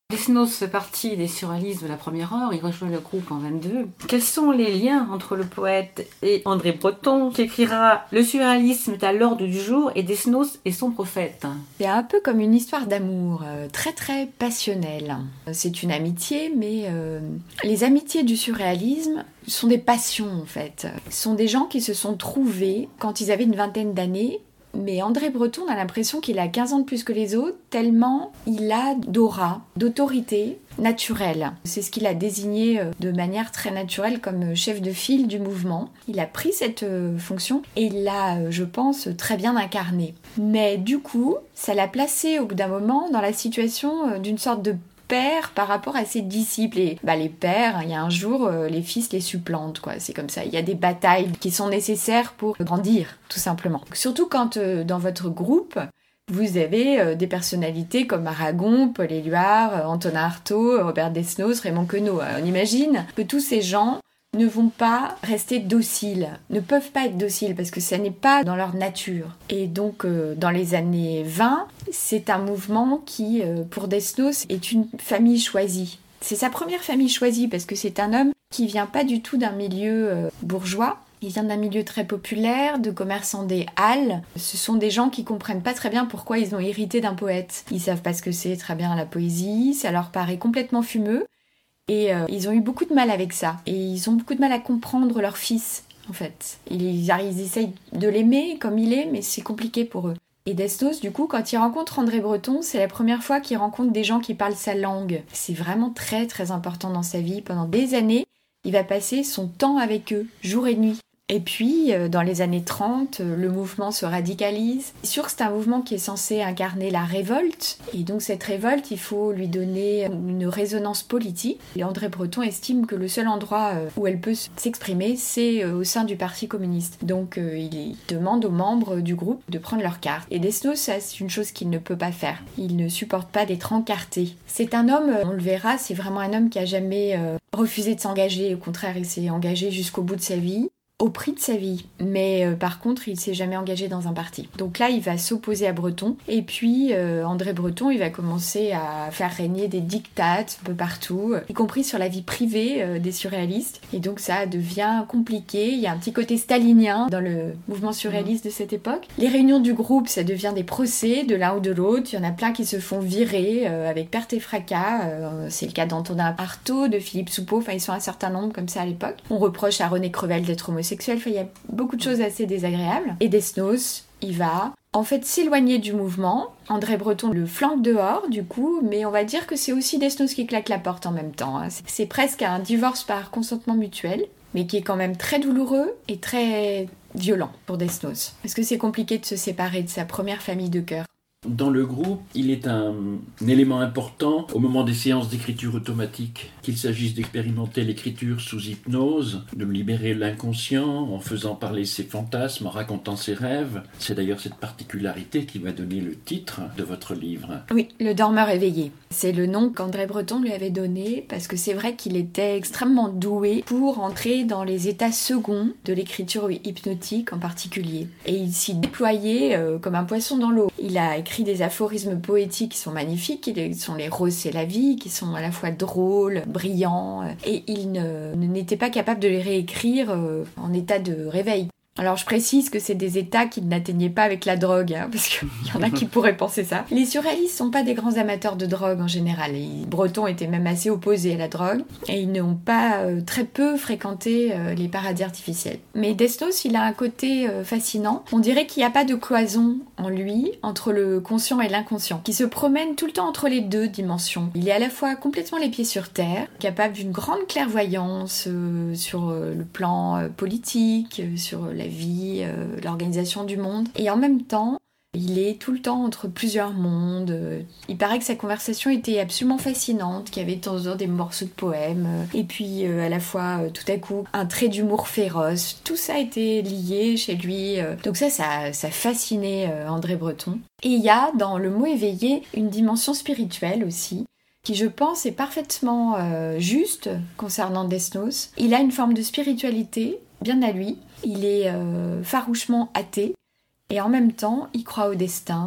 Desnos fait partie des surréalistes de la première heure, il rejoint le groupe en 22. Quels sont les liens entre le poète et André Breton, qui écrira « Le surréalisme est à l'ordre du jour et Desnos est son prophète ». C'est un peu comme une histoire d'amour, très très passionnelle. C'est une amitié, mais les amitiés du surréalisme sont des passions en fait. Ce sont des gens qui se sont trouvés quand ils avaient une vingtaine d'années. Mais André Breton, on a l'impression qu'il a 15 ans de plus que les autres, tellement il a d'aura, d'autorité naturelle. C'est ce qu'il a désigné de manière très naturelle comme chef de file du mouvement. Il a pris cette fonction et il l'a, je pense, très bien incarnée. Mais du coup, ça l'a placé au bout d'un moment dans la situation d'une sorte de père par rapport à ses disciples. Et les pères, il y a un jour, les fils les supplantent, quoi. C'est comme ça. Il y a des batailles qui sont nécessaires pour grandir, tout simplement. Surtout quand dans votre groupe, vous avez des personnalités comme Aragon, Paul Éluard, Antonin Artaud, Robert Desnos, Raymond Queneau. On imagine que tous ces gens ne vont pas rester dociles, ne peuvent pas être dociles parce que ça n'est pas dans leur nature. Et donc dans les années 20, c'est un mouvement qui, pour Desnos, est une famille choisie. C'est sa première famille choisie parce que c'est un homme qui vient pas du tout d'un milieu bourgeois. Il vient d'un milieu très populaire, de commerçants des halles. Ce sont des gens qui comprennent pas très bien pourquoi ils ont hérité d'un poète. Ils savent pas ce que c'est très bien la poésie, ça leur paraît complètement fumeux. Et ils ont eu beaucoup de mal avec ça. Et ils ont beaucoup de mal à comprendre leur fils, en fait. Ils essayent de l'aimer comme il est, mais c'est compliqué pour eux. Et Desnos, du coup, quand il rencontre André Breton, c'est la première fois qu'il rencontre des gens qui parlent sa langue. C'est vraiment très, très important dans sa vie. Pendant des années, il va passer son temps avec eux, jour et nuit. Et puis, dans les années 30, le mouvement se radicalise. C'est sûr que c'est un mouvement qui est censé incarner la révolte. Et donc, cette révolte, il faut lui donner une résonance politique. Et André Breton estime que le seul endroit où elle peut s'exprimer, c'est au sein du Parti communiste. Donc, il demande aux membres du groupe de prendre leur carte. Et Desnos, ça, c'est une chose qu'il ne peut pas faire. Il ne supporte pas d'être encarté. C'est un homme, on le verra, c'est vraiment un homme qui a jamais refusé de s'engager. Au contraire, il s'est engagé jusqu'au bout de sa vie. Au prix de sa vie. Mais par contre, il s'est jamais engagé dans un parti. Donc là, il va s'opposer à Breton. Et puis, André Breton, il va commencer à faire régner des dictates un peu partout, y compris sur la vie privée des surréalistes. Et donc ça devient compliqué. Il y a un petit côté stalinien dans le mouvement surréaliste de cette époque. Les réunions du groupe, ça devient des procès de l'un ou de l'autre. Il y en a plein qui se font virer avec perte et fracas. C'est le cas d'Antonin Artaud, de Philippe Soupeau. Enfin, ils sont un certain nombre comme ça à l'époque. On reproche à René Crevel d'être homosexuel. Enfin, il y a beaucoup de choses assez désagréables. Et Desnos, il va en fait s'éloigner du mouvement. André Breton le flanque dehors, du coup, mais on va dire que c'est aussi Desnos qui claque la porte en même temps. Hein. C'est presque un divorce par consentement mutuel, mais qui est quand même très douloureux et très violent pour Desnos. Parce que c'est compliqué de se séparer de sa première famille de cœur. Dans le groupe, il est un élément important au moment des séances d'écriture automatique, qu'il s'agisse d'expérimenter l'écriture sous hypnose, de libérer l'inconscient en faisant parler ses fantasmes, en racontant ses rêves. C'est d'ailleurs cette particularité qui va donner le titre de votre livre. Oui, Le dormeur éveillé. C'est le nom qu'André Breton lui avait donné parce que c'est vrai qu'il était extrêmement doué pour entrer dans les états seconds de l'écriture hypnotique en particulier. Et il s'y déployait comme un poisson dans l'eau. Il a écrit des aphorismes poétiques qui sont magnifiques, qui sont les roses c'est la vie, qui sont à la fois drôles, brillants, et il n'était pas capable de les réécrire en état de réveil. Alors je précise que c'est des états qu'il n'atteignait pas avec la drogue, hein, parce qu'il y en a qui pourraient penser ça. Les surréalistes sont pas des grands amateurs de drogue en général. Les Bretons étaient même assez opposés à la drogue, et ils n'ont pas très peu fréquenté les paradis artificiels. Mais Desnos, il a un côté fascinant. On dirait qu'il n'y a pas de cloison en lui entre le conscient et l'inconscient, qui se promène tout le temps entre les deux dimensions. Il est à la fois complètement les pieds sur terre, capable d'une grande clairvoyance sur le plan politique, sur la vie, l'organisation du monde. Et en même temps, il est tout le temps entre plusieurs mondes. Il paraît que sa conversation était absolument fascinante, qu'il y avait de temps en temps des morceaux de poèmes, et puis à la fois, tout à coup, un trait d'humour féroce. Tout ça était lié chez lui. Donc ça fascinait André Breton. Et il y a, dans le mot éveillé, une dimension spirituelle aussi, qui je pense est parfaitement juste concernant Desnos. Il a une forme de spiritualité bien à lui. Il est farouchement athée et en même temps il croit au destin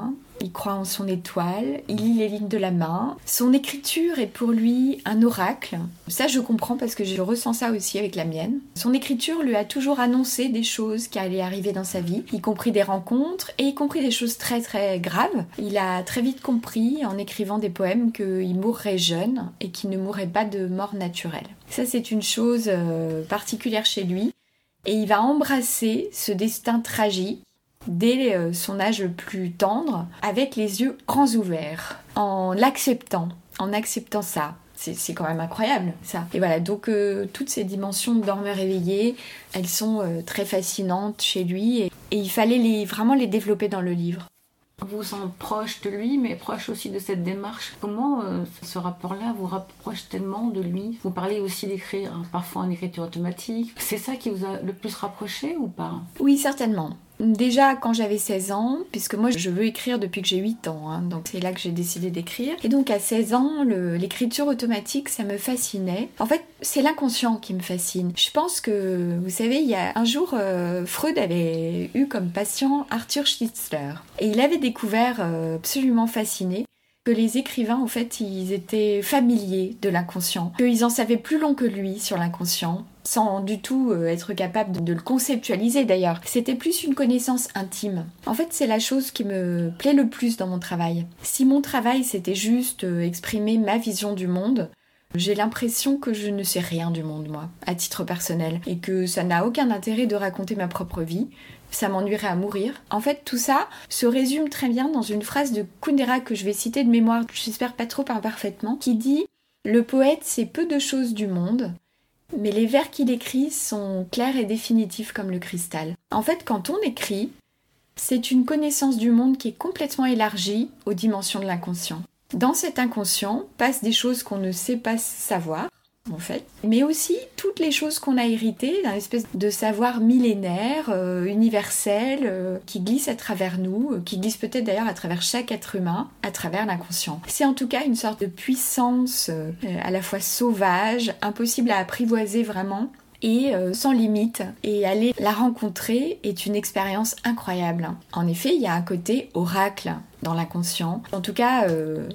il croit en son étoile, il lit les lignes de la main. Son écriture est pour lui un oracle. Ça, je comprends parce que je ressens ça aussi avec la mienne. Son écriture lui a toujours annoncé des choses qui allaient arriver dans sa vie, y compris des rencontres et y compris des choses très très graves. Il a très vite compris en écrivant des poèmes qu'il mourrait jeune et qu'il ne mourrait pas de mort naturelle. Ça, c'est une chose particulière chez lui. Et il va embrasser ce destin tragique dès son âge le plus tendre, avec les yeux grands ouverts, en l'acceptant, ça. C'est quand même incroyable, ça. Et voilà, donc toutes ces dimensions de dormeur éveillé, elles sont très fascinantes chez lui, et il fallait vraiment les développer dans le livre. Vous vous sentez proche de lui, mais proche aussi de cette démarche. Comment ce rapport-là vous rapproche tellement de lui? Vous parlez aussi d'écrire, parfois en écriture automatique. C'est ça qui vous a le plus rapproché ou pas? Oui, certainement. Déjà quand j'avais 16 ans, puisque moi je veux écrire depuis que j'ai 8 ans, hein, donc c'est là que j'ai décidé d'écrire. Et donc à 16 ans, l'écriture automatique, ça me fascinait. En fait, c'est l'inconscient qui me fascine. Je pense que, vous savez, il y a un jour, Freud avait eu comme patient Arthur Schnitzler. Et il avait découvert, absolument fasciné, que les écrivains, en fait, ils étaient familiers de l'inconscient, qu'ils en savaient plus long que lui sur l'inconscient, sans du tout être capable de le conceptualiser d'ailleurs. C'était plus une connaissance intime. En fait, c'est la chose qui me plaît le plus dans mon travail. Si mon travail, c'était juste exprimer ma vision du monde, j'ai l'impression que je ne sais rien du monde, moi, à titre personnel, et que ça n'a aucun intérêt de raconter ma propre vie. Ça m'ennuierait à mourir. En fait, tout ça se résume très bien dans une phrase de Kundera que je vais citer de mémoire, j'espère pas trop imparfaitement, qui dit « Le poète sait peu de choses du monde, mais les vers qu'il écrit sont clairs et définitifs comme le cristal. » En fait, quand on écrit, c'est une connaissance du monde qui est complètement élargie aux dimensions de l'inconscient. Dans cet inconscient passent des choses qu'on ne sait pas savoir, en fait, mais aussi toutes les choses qu'on a héritées d'un espèce de savoir millénaire, universel, qui glisse à travers nous, qui glisse peut-être d'ailleurs à travers chaque être humain, à travers l'inconscient. C'est en tout cas une sorte de puissance à la fois sauvage, impossible à apprivoiser vraiment, et sans limite. Et aller la rencontrer est une expérience incroyable. En effet, il y a un côté oracle dans l'inconscient. En tout cas,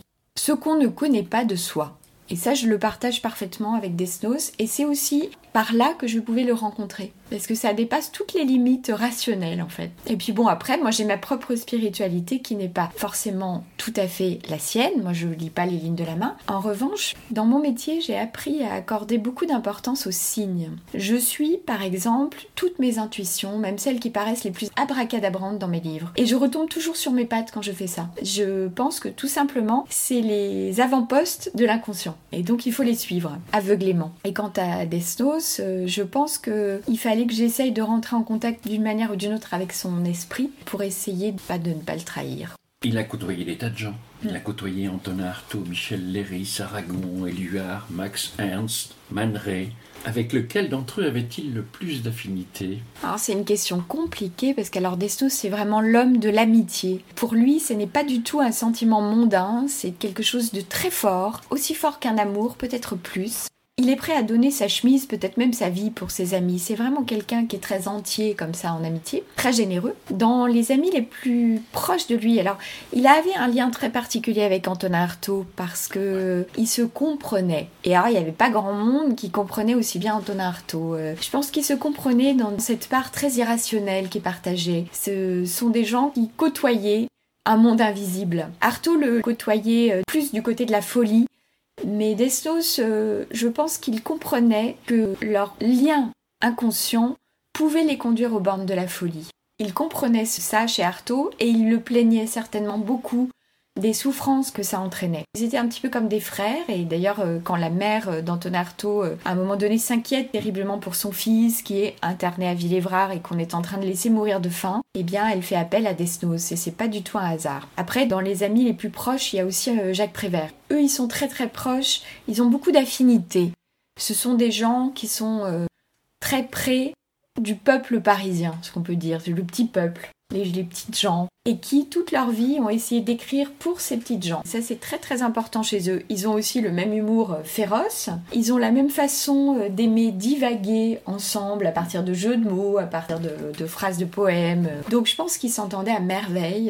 ce qu'on ne connaît pas de soi. Et ça, je le partage parfaitement avec Desnos. Et c'est aussi par là que je pouvais le rencontrer. Parce que ça dépasse toutes les limites rationnelles, en fait. Et puis bon, après, moi, j'ai ma propre spiritualité qui n'est pas forcément tout à fait la sienne. Moi, je lis pas les lignes de la main. En revanche, dans mon métier, j'ai appris à accorder beaucoup d'importance aux signes. Je suis, par exemple, toutes mes intuitions, même celles qui paraissent les plus abracadabrantes dans mes livres. Et je retombe toujours sur mes pattes quand je fais ça. Je pense que tout simplement, c'est les avant-postes de l'inconscient. Et donc, il faut les suivre, aveuglément. Et quant à Desnos, je pense qu'il fallait que j'essaye de rentrer en contact d'une manière ou d'une autre avec son esprit pour essayer de ne pas le trahir. Il a côtoyé des tas de gens. Il a côtoyé Antonin Artaud, Michel Léris, Aragon, Éluard, Max Ernst, Man Ray. Avec lequel d'entre eux avait-il le plus d'affinité? Alors c'est une question compliquée parce qu'alors Desnos c'est vraiment l'homme de l'amitié. Pour lui ce n'est pas du tout un sentiment mondain, c'est quelque chose de très fort, aussi fort qu'un amour, peut-être plus. Il est prêt à donner sa chemise, peut-être même sa vie pour ses amis. C'est vraiment quelqu'un qui est très entier comme ça en amitié, très généreux. Dans les amis les plus proches de lui, alors il avait un lien très particulier avec Antonin Artaud parce que il se comprenait. Et alors il n'y avait pas grand monde qui comprenait aussi bien Antonin Artaud. Je pense qu'ils se comprenaient dans cette part très irrationnelle qui est partagée. Ce sont des gens qui côtoyaient un monde invisible. Artaud le côtoyait plus du côté de la folie. Mais Desnos, je pense qu'ils comprenaient que leur lien inconscient pouvait les conduire aux bornes de la folie. Ils comprenaient ça chez Artaud et ils le plaignaient certainement beaucoup des souffrances que ça entraînait. Ils étaient un petit peu comme des frères et d'ailleurs quand la mère d'Antonin Artaud à un moment donné s'inquiète terriblement pour son fils qui est interné à Villévrard et qu'on est en train de laisser mourir de faim, eh bien elle fait appel à Desnos et c'est pas du tout un hasard. Après dans les amis les plus proches il y a aussi Jacques Prévert. Eux ils sont très très proches, ils ont beaucoup d'affinités. Ce sont des gens qui sont très près du peuple parisien, ce qu'on peut dire, le petit peuple. Les petites gens, et qui toute leur vie ont essayé d'écrire pour ces petites gens. Ça c'est très très important chez eux. Ils ont aussi le même humour féroce, ils ont la même façon d'aimer divaguer ensemble à partir de jeux de mots, à partir de phrases de poèmes. Donc je pense qu'ils s'entendaient à merveille.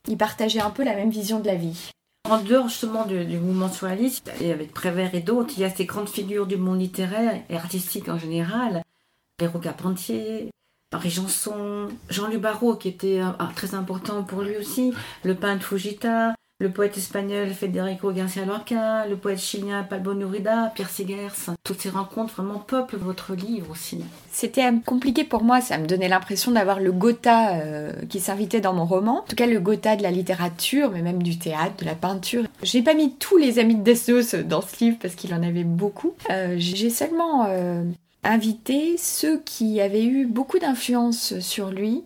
Ils partageaient un peu la même vision de la vie. En dehors justement du mouvement surréaliste, et avec Prévert et d'autres, il y a ces grandes figures du monde littéraire et artistique en général. Hérault Carpentier, Henri Janson, Jean-Louis Barrault qui était très important pour lui aussi, le peintre Fujita, le poète espagnol Federico García Lorca, le poète chilien Pablo Neruda, Pierre Segers. Toutes ces rencontres vraiment peuplent votre livre aussi. C'était compliqué pour moi, ça me donnait l'impression d'avoir le Gotha qui s'invitait dans mon roman. En tout cas le Gotha de la littérature, mais même du théâtre, de la peinture. J'ai pas mis tous les amis de Desnos dans ce livre parce qu'il en avait beaucoup. J'ai seulement invité ceux qui avaient eu beaucoup d'influence sur lui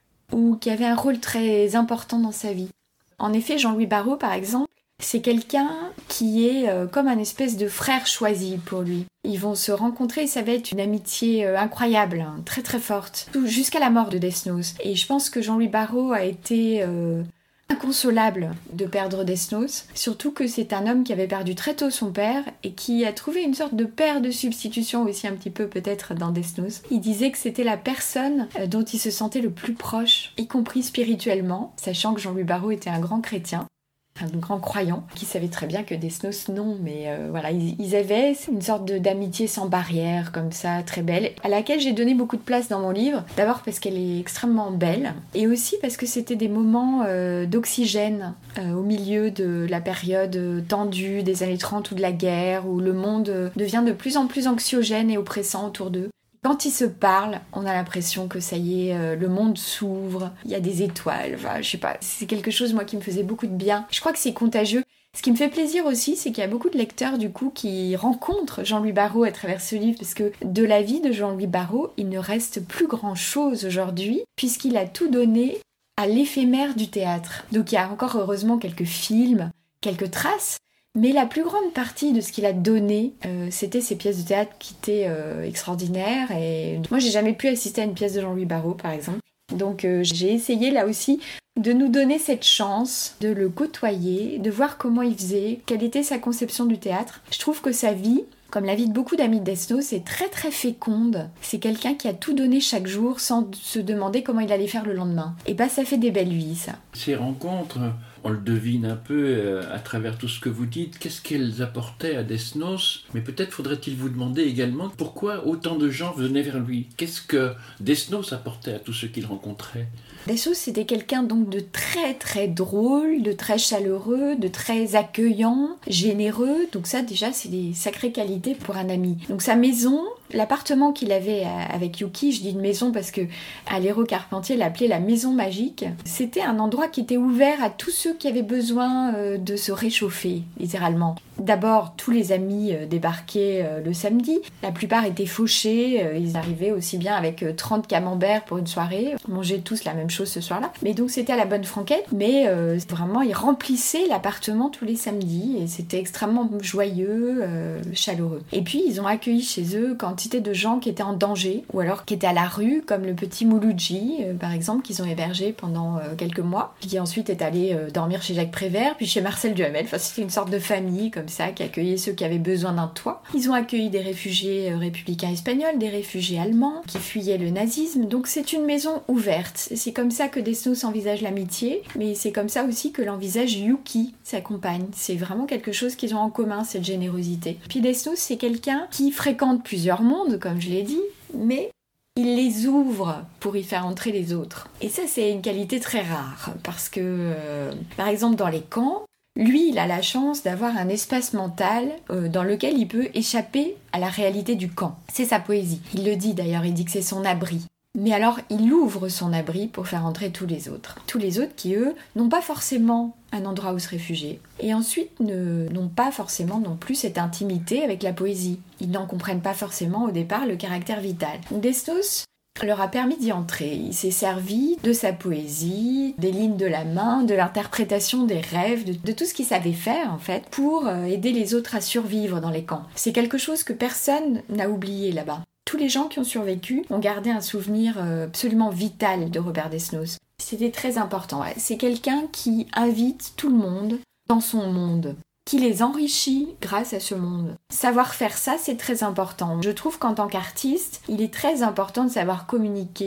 ou qui avaient un rôle très important dans sa vie. En effet, Jean-Louis Barrault, par exemple, c'est quelqu'un qui est comme un espèce de frère choisi pour lui. Ils vont se rencontrer et ça va être une amitié incroyable, hein, très très forte, jusqu'à la mort de Desnos. Et je pense que Jean-Louis Barrault a été inconsolable de perdre Desnos, surtout que c'est un homme qui avait perdu très tôt son père et qui a trouvé une sorte de père de substitution aussi un petit peu peut-être dans Desnos. Il disait que c'était la personne dont il se sentait le plus proche, y compris spirituellement, sachant que Jean-Louis Barrault était un grand chrétien, un grand croyant, qui savait très bien que Desnos non, mais voilà, ils avaient une sorte d'amitié sans barrière, comme ça, très belle, à laquelle j'ai donné beaucoup de place dans mon livre, d'abord parce qu'elle est extrêmement belle, et aussi parce que c'était des moments d'oxygène au milieu de la période tendue des années 30 ou de la guerre, où le monde devient de plus en plus anxiogène et oppressant autour d'eux. Quand ils se parlent, on a l'impression que ça y est, le monde s'ouvre, il y a des étoiles, enfin, je sais pas, c'est quelque chose moi qui me faisait beaucoup de bien. Je crois que c'est contagieux. Ce qui me fait plaisir aussi, c'est qu'il y a beaucoup de lecteurs du coup qui rencontrent Jean-Louis Barrault à travers ce livre, parce que de la vie de Jean-Louis Barrault, il ne reste plus grand-chose aujourd'hui, puisqu'il a tout donné à l'éphémère du théâtre. Donc il y a encore heureusement quelques films, quelques traces, mais la plus grande partie de ce qu'il a donné, c'était ces pièces de théâtre qui étaient extraordinaires. Et moi, j'ai jamais pu assister à une pièce de Jean-Louis Barrault, par exemple. Donc j'ai essayé là aussi de nous donner cette chance de le côtoyer, de voir comment il faisait, quelle était sa conception du théâtre. Je trouve que sa vie, comme la vie de beaucoup d'amis de Desnos, est très très féconde. C'est quelqu'un qui a tout donné chaque jour sans se demander comment il allait faire le lendemain. Et bah ça fait des belles vies, ça. Ces rencontres, on le devine un peu à travers tout ce que vous dites. Qu'est-ce qu'elles apportaient à Desnos? Mais peut-être faudrait-il vous demander également pourquoi autant de gens venaient vers lui. Qu'est-ce que Desnos apportait à tous ceux qu'il rencontrait? Desnos, c'était quelqu'un donc de très très drôle, de très chaleureux, de très accueillant, généreux. Donc ça déjà c'est des sacrées qualités pour un ami. Donc sa maison, l'appartement qu'il avait avec Yuki, je dis une maison parce que Hérault Carpentier l'appelait la maison magique, c'était un endroit qui était ouvert à tous ceux qui avaient besoin de se réchauffer, littéralement. D'abord, tous les amis débarquaient le samedi. La plupart étaient fauchés. Ils arrivaient aussi bien avec 30 camemberts pour une soirée. Ils mangeaient tous la même chose ce soir-là. Mais donc, c'était à la bonne franquette. Mais vraiment, ils remplissaient l'appartement tous les samedis. Et c'était extrêmement joyeux, chaleureux. Et puis, ils ont accueilli chez eux quantité de gens qui étaient en danger. Ou alors qui étaient à la rue, comme le petit Mouloudji, par exemple, qu'ils ont hébergé pendant quelques mois. Qui ensuite est allé dormir chez Jacques Prévert, puis chez Marcel Duhamel. Enfin, c'était une sorte de famille, comme ça, qui accueillait ceux qui avaient besoin d'un toit. Ils ont accueilli des réfugiés républicains espagnols, des réfugiés allemands qui fuyaient le nazisme. Donc c'est une maison ouverte. C'est comme ça que Desnos envisage l'amitié, mais c'est comme ça aussi que l'envisage Yuki, sa compagne. C'est vraiment quelque chose qu'ils ont en commun, cette générosité. Puis Desnos, c'est quelqu'un qui fréquente plusieurs mondes, comme je l'ai dit, mais il les ouvre pour y faire entrer les autres. Et ça, c'est une qualité très rare, parce que, par exemple, dans les camps, lui, il a la chance d'avoir un espace mental dans lequel il peut échapper à la réalité du camp. C'est sa poésie. Il le dit d'ailleurs, il dit que c'est son abri. Mais alors, il ouvre son abri pour faire entrer tous les autres. Tous les autres qui, eux, n'ont pas forcément un endroit où se réfugier. Et ensuite, n'ont pas forcément non plus cette intimité avec la poésie. Ils n'en comprennent pas forcément au départ le caractère vital. Donc Desnos leur a permis d'y entrer. Il s'est servi de sa poésie, des lignes de la main, de l'interprétation des rêves, de tout ce qu'il savait faire en fait, pour aider les autres à survivre dans les camps. C'est quelque chose que personne n'a oublié là-bas. Tous les gens qui ont survécu ont gardé un souvenir absolument vital de Robert Desnos. C'était très important. Ouais. C'est quelqu'un qui invite tout le monde dans son monde, qui les enrichit grâce à ce monde. Savoir faire ça, c'est très important. Je trouve qu'en tant qu'artiste, il est très important de savoir communiquer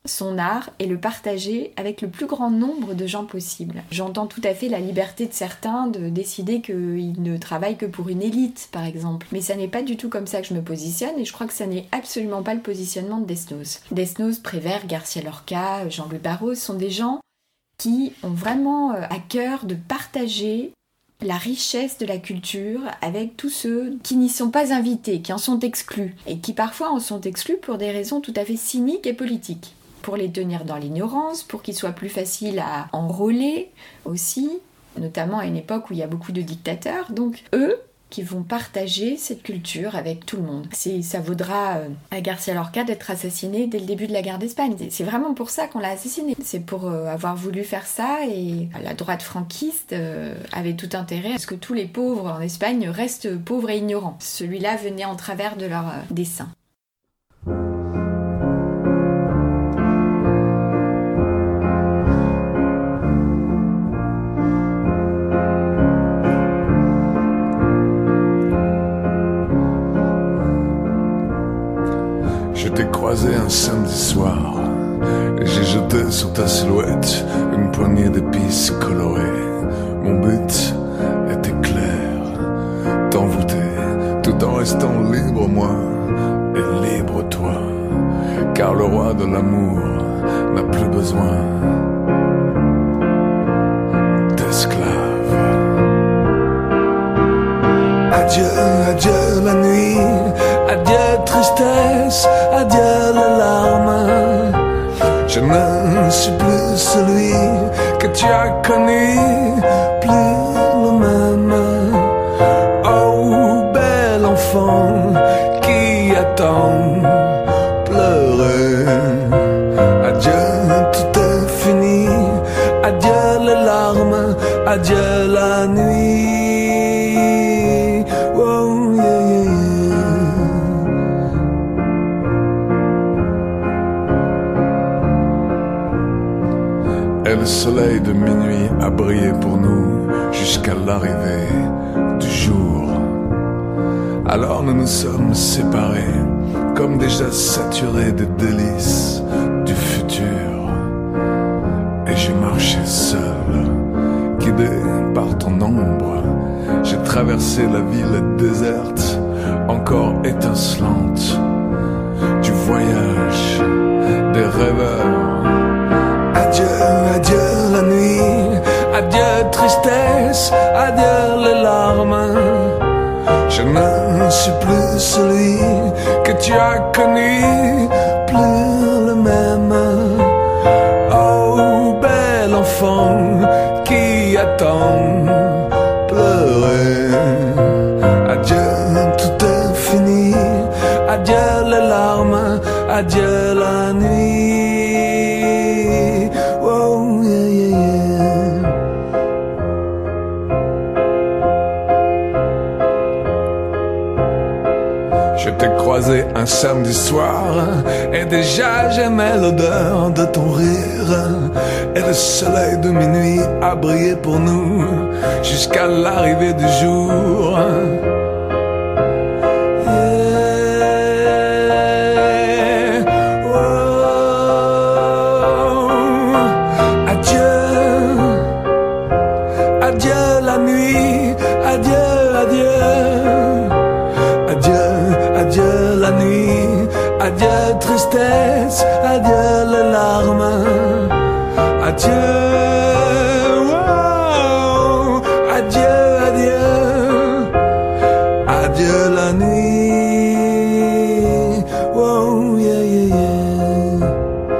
son art et le partager avec le plus grand nombre de gens possible. J'entends tout à fait la liberté de certains de décider qu'ils ne travaillent que pour une élite, par exemple. Mais ça n'est pas du tout comme ça que je me positionne, et je crois que ça n'est absolument pas le positionnement de Desnos. Desnos, Prévert, Garcia Lorca, Jean-Louis Barrault sont des gens qui ont vraiment à cœur de partager la richesse de la culture avec tous ceux qui n'y sont pas invités, qui en sont exclus, et qui parfois en sont exclus pour des raisons tout à fait cyniques et politiques. Pour les tenir dans l'ignorance, pour qu'il soit plus facile à enrôler aussi, notamment à une époque où il y a beaucoup de dictateurs. Donc eux qui vont partager cette culture avec tout le monde. Ça vaudra à Garcia Lorca d'être assassiné dès le début de la guerre d'Espagne. C'est vraiment pour ça qu'on l'a assassiné. C'est pour avoir voulu faire ça, et la droite franquiste avait tout intérêt à ce que tous les pauvres en Espagne restent pauvres et ignorants. Celui-là venait en travers de leur dessein. Je t'ai croisé un samedi soir et j'ai jeté sur ta silhouette une poignée d'épices colorées. Mon but était clair, t'envoûter tout en restant libre moi et libre toi, car le roi de l'amour n'a plus besoin d'esclaves. Adieu, adieu la nuit, adieu tristesse, adieu les larmes. Je ne suis plus celui que tu as connu, plus le même. Oh, bel enfant qui attend pleurer. Adieu, tout est fini, adieu les larmes, adieu la nuit. Oh, yeah, yeah, yeah. Et le soleil de minuit a brillé pour nous jusqu'à l'arrivée du jour. Alors nous nous sommes séparés, comme déjà saturés des délices du futur. Et j'ai marché seul, guidé par ton ombre. J'ai traversé la ville déserte, encore étincelante, du voyage des rêveurs. Adieu, adieu la nuit, adieu tristesse, adieu les larmes. Je ne suis plus celui que tu as connu, plus le même. Oh, bel enfant qui attend pleurer. Adieu, tout est fini, adieu les larmes, adieu la nuit. Oh, yeah, yeah, yeah. Je t'ai croisé un samedi soir et déjà j'aimais l'odeur de ton rire. Et le soleil de minuit a brillé pour nous jusqu'à l'arrivée du jour. Adieu tristesse, adieu les larmes, adieu, oh, adieu, adieu, adieu la nuit, oh, yeah, yeah, yeah.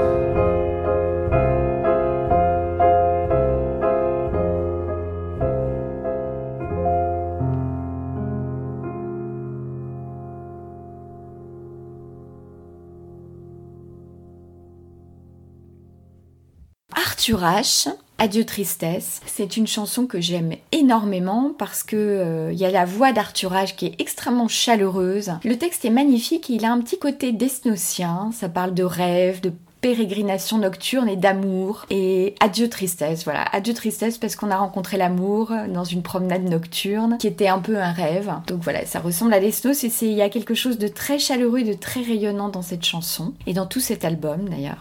Arthur H, Adieu tristesse, c'est une chanson que j'aime énormément parce que y a la voix d'Arthur H qui est extrêmement chaleureuse. Le texte est magnifique et il a un petit côté desnosien, ça parle de rêve, de pérégrination nocturne et d'amour. Et adieu tristesse, voilà, adieu tristesse parce qu'on a rencontré l'amour dans une promenade nocturne qui était un peu un rêve. Donc voilà, ça ressemble à Desnos et il y a quelque chose de très chaleureux et de très rayonnant dans cette chanson et dans tout cet album d'ailleurs.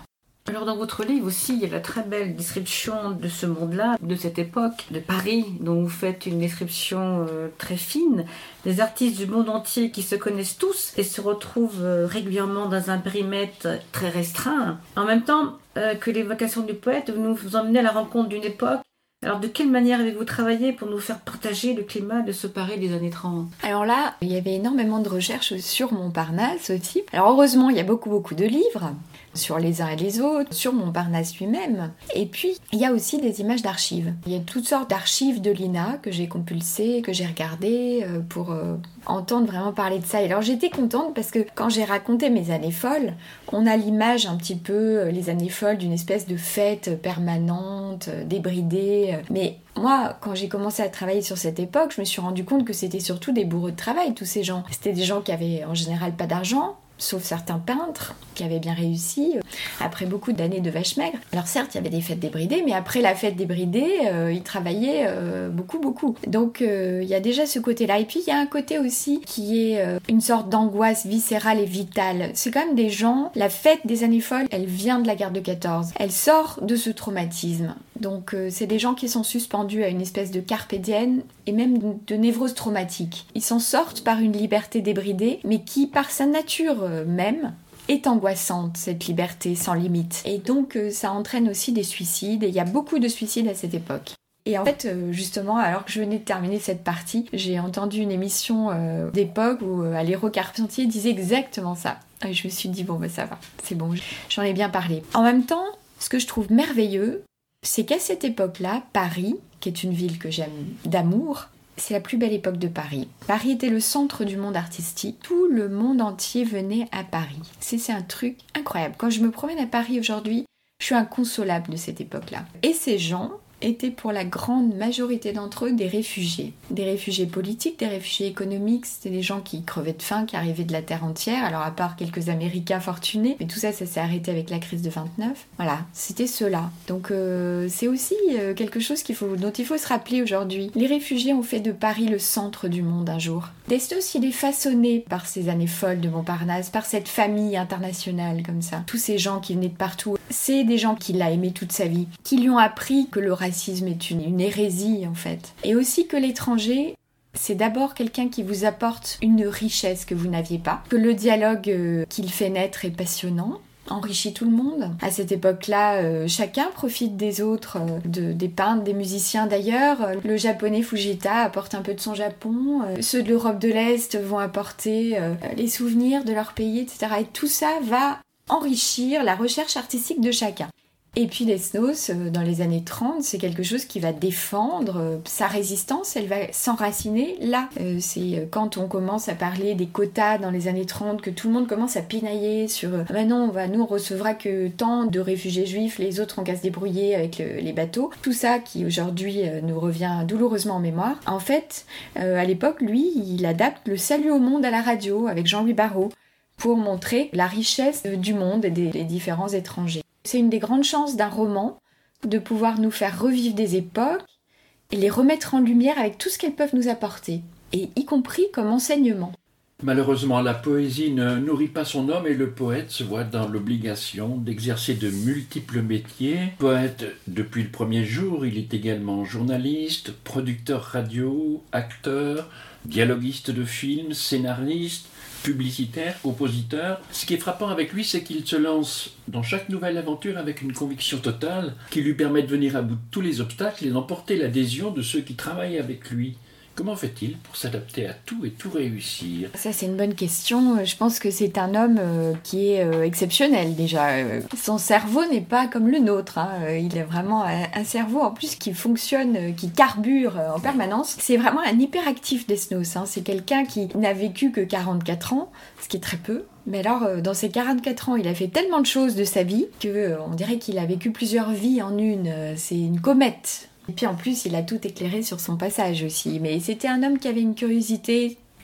Alors dans votre livre aussi, il y a la très belle description de ce monde-là, de cette époque, de Paris, dont vous faites une description très fine, des artistes du monde entier qui se connaissent tous et se retrouvent régulièrement dans un périmètre très restreint. En même temps que l'évocation du poète, vous nous emmenez à la rencontre d'une époque. Alors de quelle manière avez-vous travaillé pour nous faire partager le climat de ce Paris des années 30 ? Alors là, il y avait énormément de recherches sur Montparnasse aussi. Alors heureusement, il y a beaucoup de livres sur les uns et les autres, sur Montparnasse lui-même. Et puis, il y a aussi des images d'archives. Il y a toutes sortes d'archives de l'INA que j'ai compulsées, que j'ai regardées pour entendre vraiment parler de ça. Et alors j'étais contente parce que quand j'ai raconté mes années folles, on a l'image un petit peu, les années folles, d'une espèce de fête permanente, débridée. Mais moi, quand j'ai commencé à travailler sur cette époque, je me suis rendu compte que c'était surtout des bourreaux de travail, tous ces gens. C'était des gens qui avaient en général pas d'argent, sauf certains peintres qui avaient bien réussi après beaucoup d'années de vaches maigres. Alors certes, il y avait des fêtes débridées, mais après la fête débridée, ils travaillaient beaucoup. Donc il y a déjà ce côté-là. Et puis il y a un côté aussi qui est une sorte d'angoisse viscérale et vitale. C'est quand même des gens, la fête des années folles, elle vient de la guerre de 14. Elle sort de ce traumatisme. Donc c'est des gens qui sont suspendus à une espèce de carpe diem et même de névrose traumatique. Ils s'en sortent par une liberté débridée, mais qui, par sa nature même, est angoissante, cette liberté sans limite. Et donc ça entraîne aussi des suicides, et il y a beaucoup de suicides à cette époque. Et en fait, justement, alors que je venais de terminer cette partie, j'ai entendu une émission d'époque où Aléro Carpentier disait exactement ça. Et je me suis dit, bon, ça va, c'est bon, j'en ai bien parlé. En même temps, ce que je trouve merveilleux, c'est qu'à cette époque-là, Paris, qui est une ville que j'aime d'amour, c'est la plus belle époque de Paris. Paris était le centre du monde artistique. Tout le monde entier venait à Paris. C'est un truc incroyable. Quand je me promène à Paris aujourd'hui, je suis inconsolable de cette époque-là. Et ces gens étaient pour la grande majorité d'entre eux des réfugiés. Des réfugiés politiques, des réfugiés économiques, c'était des gens qui crevaient de faim, qui arrivaient de la terre entière, alors à part quelques Américains fortunés, mais tout ça s'est arrêté avec la crise de 29. Voilà, c'était ceux-là. Donc c'est aussi quelque chose dont il faut se rappeler aujourd'hui. Les réfugiés ont fait de Paris le centre du monde un jour. Desnos, il est façonné par ces années folles de Montparnasse, par cette famille internationale comme ça. Tous ces gens qui venaient de partout, c'est des gens qu'il a aimés toute sa vie, qui lui ont appris que le racisme est une hérésie en fait. Et aussi que l'étranger, c'est d'abord quelqu'un qui vous apporte une richesse que vous n'aviez pas, que le dialogue qu'il fait naître est passionnant, enrichit tout le monde. À cette époque-là, chacun profite des autres, des peintres, des musiciens d'ailleurs. Le japonais Fujita apporte un peu de son Japon, ceux de l'Europe de l'Est vont apporter les souvenirs de leur pays, etc. Et tout ça va enrichir la recherche artistique de chacun. Et puis Desnos, dans les années 30, c'est quelque chose qui va défendre sa résistance, elle va s'enraciner là. C'est quand on commence à parler des quotas dans les années 30, que tout le monde commence à pinailler sur « Ah non, nous on recevra que tant de réfugiés juifs, les autres ont qu'à se débrouiller avec les bateaux ». Tout ça qui aujourd'hui nous revient douloureusement en mémoire. En fait, à l'époque, lui, il adapte le Salut au monde à la radio avec Jean-Louis Barrault pour montrer la richesse du monde et des différents étrangers. C'est une des grandes chances d'un roman, de pouvoir nous faire revivre des époques et les remettre en lumière avec tout ce qu'elles peuvent nous apporter, et y compris comme enseignement. Malheureusement, la poésie ne nourrit pas son homme et le poète se voit dans l'obligation d'exercer de multiples métiers. Poète depuis le premier jour, il est également journaliste, producteur radio, acteur, dialoguiste de films, scénariste, publicitaire, compositeur. Ce qui est frappant avec lui, c'est qu'il se lance dans chaque nouvelle aventure avec une conviction totale qui lui permet de venir à bout de tous les obstacles et d'emporter l'adhésion de ceux qui travaillent avec lui. Comment fait-il pour s'adapter à tout et tout réussir ? Ça, c'est une bonne question. Je pense que c'est un homme qui est exceptionnel déjà. Son cerveau n'est pas comme le nôtre. Il a vraiment un cerveau en plus qui fonctionne, qui carbure en permanence. C'est vraiment un hyperactif Desnos. C'est quelqu'un qui n'a vécu que 44 ans, ce qui est très peu. Mais alors, dans ces 44 ans, il a fait tellement de choses de sa vie qu'on dirait qu'il a vécu plusieurs vies en une. C'est une comète. Et puis en plus, il a tout éclairé sur son passage aussi. Mais c'était un homme qui avait une curiosité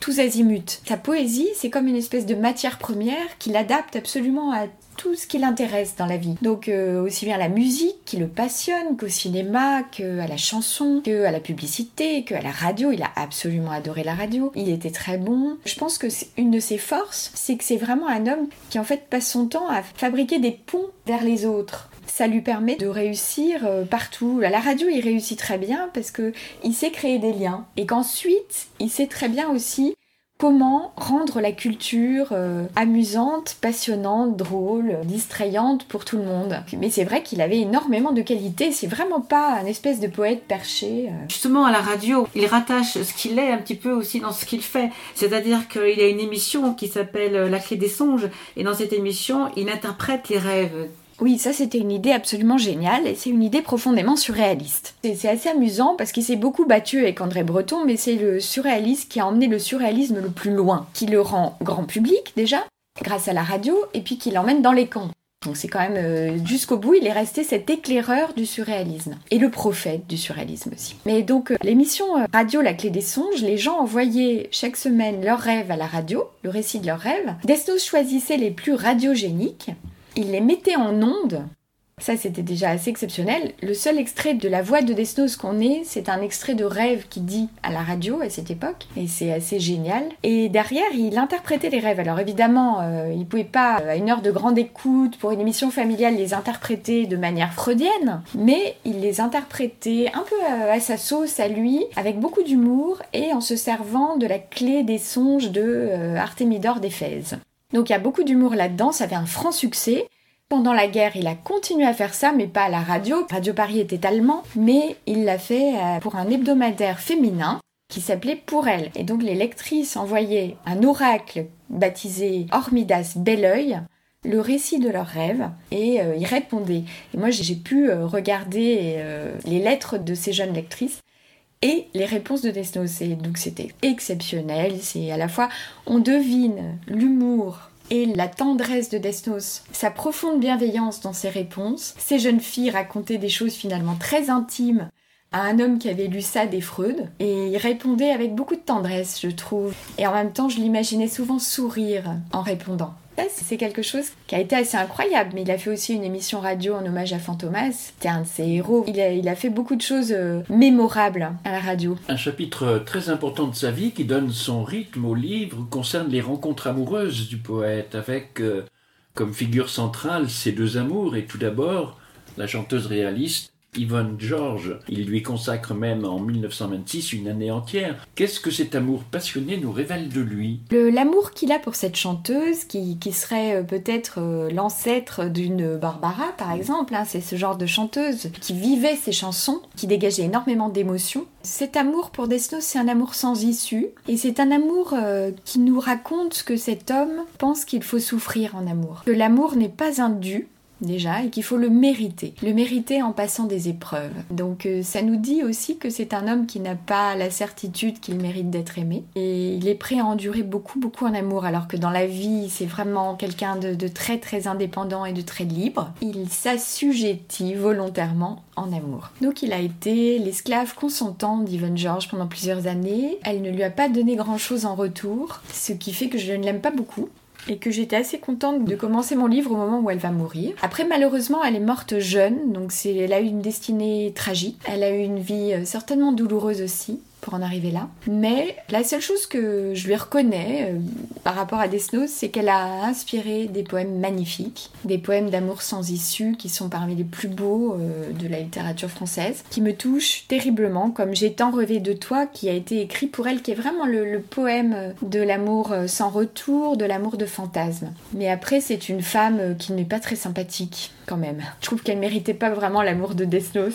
tous azimuts. Sa poésie, c'est comme une espèce de matière première qu'il adapte absolument à tout ce qui l'intéresse dans la vie. Donc aussi bien la musique qui le passionne, qu'au cinéma, qu'à la chanson, qu'à la publicité, qu'à la radio. Il a absolument adoré la radio. Il était très bon. Je pense que une de ses forces, c'est que c'est vraiment un homme qui en fait passe son temps à fabriquer des ponts vers les autres. Ça lui permet de réussir partout. À la radio, il réussit très bien parce qu'il sait créer des liens. Et qu'ensuite, il sait très bien aussi comment rendre la culture amusante, passionnante, drôle, distrayante pour tout le monde. Mais c'est vrai qu'il avait énormément de qualités, c'est vraiment pas un espèce de poète perché. Justement, à la radio, il rattache ce qu'il est un petit peu aussi dans ce qu'il fait. C'est-à-dire qu'il y a une émission qui s'appelle La Clé des songes, et dans cette émission, il interprète les rêves. Oui, ça c'était une idée absolument géniale et c'est une idée profondément surréaliste. C'est assez amusant parce qu'il s'est beaucoup battu avec André Breton, mais c'est le surréaliste qui a emmené le surréalisme le plus loin, qui le rend grand public déjà, grâce à la radio, et puis qui l'emmène dans les camps. Donc c'est quand même jusqu'au bout, il est resté cet éclaireur du surréalisme et le prophète du surréalisme aussi. Mais donc l'émission radio La Clé des songes, les gens envoyaient chaque semaine leurs rêves à la radio, le récit de leurs rêves. Desnos choisissait les plus radiogéniques. Il les mettait en ondes. Ça, c'était déjà assez exceptionnel. Le seul extrait de la voix de Desnos qu'on ait, c'est un extrait de rêve qu'il dit à la radio à cette époque. Et c'est assez génial. Et derrière, il interprétait les rêves. Alors évidemment, il ne pouvait pas, à une heure de grande écoute, pour une émission familiale, les interpréter de manière freudienne. Mais il les interprétait un peu à sa sauce, à lui, avec beaucoup d'humour et en se servant de la clé des songes de Artémidore d'Éphèse. Donc il y a beaucoup d'humour là-dedans, ça avait un franc succès. Pendant la guerre, il a continué à faire ça, mais pas à la radio. Radio Paris était allemand, mais il l'a fait pour un hebdomadaire féminin qui s'appelait Pour elle. Et donc les lectrices envoyaient un oracle baptisé Hormidas Bellœil, le récit de leurs rêves, et ils répondaient. Et moi j'ai pu regarder les lettres de ces jeunes lectrices, et les réponses de Desnos. Et donc c'était exceptionnel, c'est à la fois, on devine l'humour et la tendresse de Desnos, sa profonde bienveillance dans ses réponses. Ces jeunes filles racontaient des choses finalement très intimes à un homme qui avait lu ça des Freud, et il répondait avec beaucoup de tendresse, je trouve. Et en même temps, je l'imaginais souvent sourire en répondant. Ça, c'est quelque chose qui a été assez incroyable, mais il a fait aussi une émission radio en hommage à Fantomas. C'était un de ses héros. Il a fait beaucoup de choses mémorables à la radio. Un chapitre très important de sa vie qui donne son rythme au livre concerne les rencontres amoureuses du poète, avec comme figure centrale ses deux amours, et tout d'abord la chanteuse réaliste Yvonne Georges. Il lui consacre même en 1926 une année entière. Qu'est-ce que cet amour passionné nous révèle de lui ? L'amour qu'il a pour cette chanteuse, qui serait peut-être l'ancêtre d'une Barbara par exemple, hein, c'est ce genre de chanteuse qui vivait ses chansons, qui dégageait énormément d'émotions. Cet amour pour Desnos, c'est un amour sans issue, et c'est un amour qui nous raconte que cet homme pense qu'il faut souffrir en amour, que l'amour n'est pas un dû, déjà, et qu'il faut le mériter en passant des épreuves. Donc ça nous dit aussi que c'est un homme qui n'a pas la certitude qu'il mérite d'être aimé, et il est prêt à endurer beaucoup en amour, alors que dans la vie c'est vraiment quelqu'un de très très indépendant et de très libre. Il s'assujettit volontairement en amour. Donc il a été l'esclave consentant d'Yvonne Georges pendant plusieurs années. Elle ne lui a pas donné grand chose en retour, ce qui fait que je ne l'aime pas beaucoup, et que j'étais assez contente de commencer mon livre au moment où elle va mourir. Après, malheureusement, elle est morte jeune, donc elle a eu une destinée tragique. Elle a eu une vie certainement douloureuse aussi, pour en arriver là. Mais la seule chose que je lui reconnais par rapport à Desnos, c'est qu'elle a inspiré des poèmes magnifiques, des poèmes d'amour sans issue qui sont parmi les plus beaux de la littérature française, qui me touchent terriblement, comme J'ai tant rêvé de toi, qui a été écrit pour elle, qui est vraiment le poème de l'amour sans retour, de l'amour de fantasme. Mais après, c'est une femme qui n'est pas très sympathique, quand même. Je trouve qu'elle méritait pas vraiment l'amour de Desnos.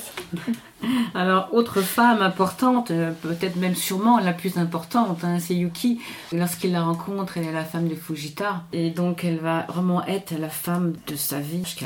Alors, autre femme importante, peut-être même sûrement la plus importante, hein, c'est Yuki. Lorsqu'il la rencontre, elle est la femme de Fujita. Et donc, elle va vraiment être la femme de sa vie jusqu'à la fin.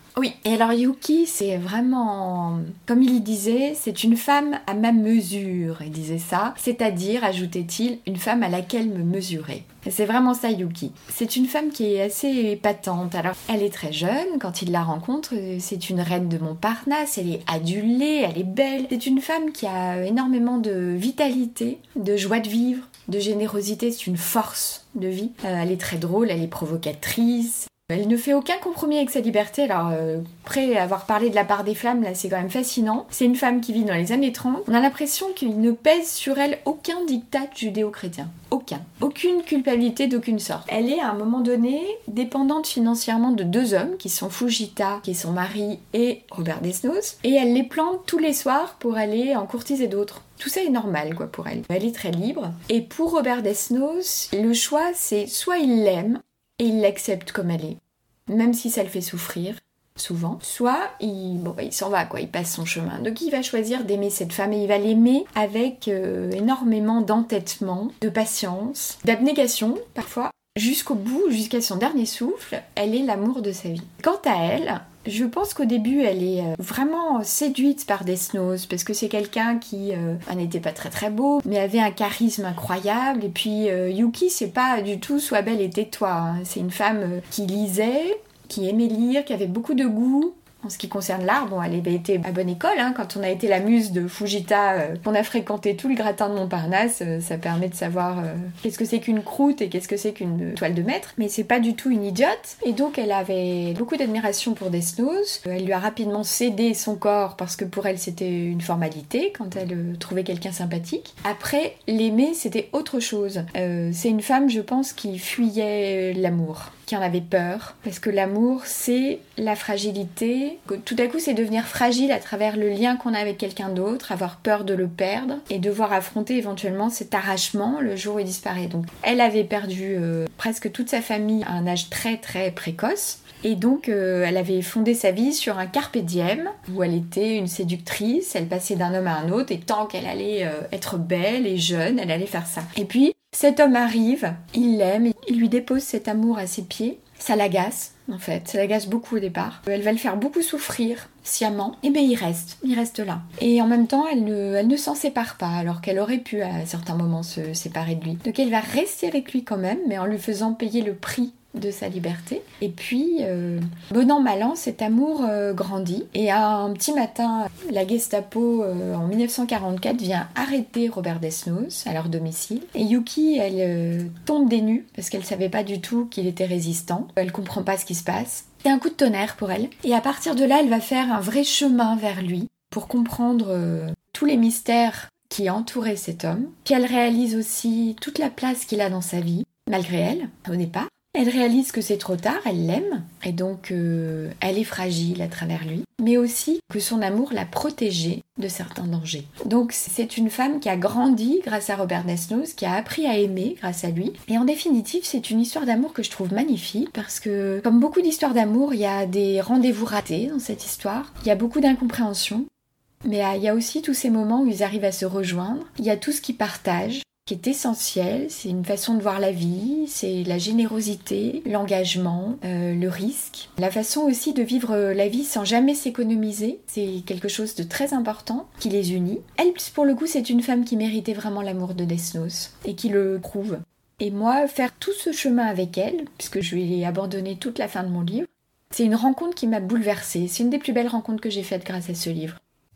Oui, et alors Yuki, c'est vraiment, comme il disait, c'est une femme à ma mesure, il disait ça, c'est-à-dire, ajoutait-il, une femme à laquelle me mesurer. Et c'est vraiment ça Yuki. C'est une femme qui est assez épatante. Alors, elle est très jeune, quand il la rencontre, c'est une reine de Montparnasse, elle est adulée, elle est belle. C'est une femme qui a énormément de vitalité, de joie de vivre, de générosité, c'est une force de vie. Elle est très drôle, elle est provocatrice. Elle ne fait aucun compromis avec sa liberté. Alors, après avoir parlé de la part des flammes, là, c'est quand même fascinant. C'est une femme qui vit dans les années 30. On a l'impression qu'il ne pèse sur elle aucun diktat judéo-chrétien. Aucun. Aucune culpabilité d'aucune sorte. Elle est, à un moment donné, dépendante financièrement de 2 hommes, qui sont Fujita, qui est son mari, et Robert Desnos. Et elle les plante tous les soirs pour aller en courtiser d'autres. Tout ça est normal, quoi, pour elle. Elle est très libre. Et pour Robert Desnos, le choix, c'est soit il l'aime, et il l'accepte comme elle est, même si ça le fait souffrir, souvent. Soit il s'en va, quoi, il passe son chemin. Donc il va choisir d'aimer cette femme et il va l'aimer avec énormément d'entêtement, de patience, d'abnégation, parfois. Jusqu'au bout, jusqu'à son dernier souffle, elle est l'amour de sa vie. Quant à elle, je pense qu'au début, elle est vraiment séduite par Desnos, parce que c'est quelqu'un qui n'était pas très très beau, mais avait un charisme incroyable. Et puis Yuki, c'est pas du tout sois belle et tais-toi. Hein. C'est une femme qui lisait, qui aimait lire, qui avait beaucoup de goût. En ce qui concerne l'art, bon, elle avait été à bonne école, hein, quand on a été la muse de Fujita, qu'on a fréquenté tout le gratin de Montparnasse, ça permet de savoir qu'est-ce que c'est qu'une croûte et qu'est-ce que c'est qu'une toile de maître, mais c'est pas du tout une idiote, et donc elle avait beaucoup d'admiration pour Desnos, elle lui a rapidement cédé son corps parce que pour elle c'était une formalité quand elle trouvait quelqu'un sympathique. Après, l'aimer c'était autre chose, c'est une femme je pense qui fuyait l'amour, qui en avait peur, parce que l'amour c'est la fragilité, que tout à coup c'est devenir fragile à travers le lien qu'on a avec quelqu'un d'autre, avoir peur de le perdre et devoir affronter éventuellement cet arrachement le jour où il disparaît. Donc elle avait perdu presque toute sa famille à un âge très très précoce. Et donc elle avait fondé sa vie sur un carpe diem où elle était une séductrice, elle passait d'un homme à un autre et tant qu'elle allait être belle et jeune, elle allait faire ça. Et puis cet homme arrive, il l'aime, il lui dépose cet amour à ses pieds, ça l'agace en fait, ça l'agace beaucoup au départ. Elle va le faire beaucoup souffrir sciemment, et bien il reste là. Et en même temps elle ne s'en sépare pas alors qu'elle aurait pu à certains moments se séparer de lui. Donc elle va rester avec lui quand même, mais en lui faisant payer le prix de sa liberté. Et puis, bon an, mal an, cet amour grandit. Et un petit matin, la Gestapo, en 1944, vient arrêter Robert Desnos à leur domicile. Et Yuki, elle tombe des nues parce qu'elle savait pas du tout qu'il était résistant. Elle comprend pas ce qui se passe. C'est un coup de tonnerre pour elle. Et à partir de là, elle va faire un vrai chemin vers lui pour comprendre tous les mystères qui entouraient cet homme. Puis elle réalise aussi toute la place qu'il a dans sa vie, malgré elle, au départ. Elle réalise que c'est trop tard, elle l'aime, et donc elle est fragile à travers lui, mais aussi que son amour l'a protégée de certains dangers. Donc c'est une femme qui a grandi grâce à Robert Desnos, qui a appris à aimer grâce à lui, et en définitive c'est une histoire d'amour que je trouve magnifique, parce que comme beaucoup d'histoires d'amour, il y a des rendez-vous ratés dans cette histoire, il y a beaucoup d'incompréhension, mais il y a aussi tous ces moments où ils arrivent à se rejoindre, il y a tout ce qu'ils partagent, qui est essentiel, c'est une façon de voir la vie, c'est la générosité, l'engagement, le risque, la façon aussi de vivre la vie sans jamais s'économiser, c'est quelque chose de très important qui les unit. Elle, pour le coup, c'est une femme qui méritait vraiment l'amour de Desnos et qui le prouve. Et moi, faire tout ce chemin avec elle, puisque je lui ai abandonné toute la fin de mon livre, c'est une rencontre qui m'a bouleversée, c'est une des plus belles rencontres que j'ai faites grâce à ce livre.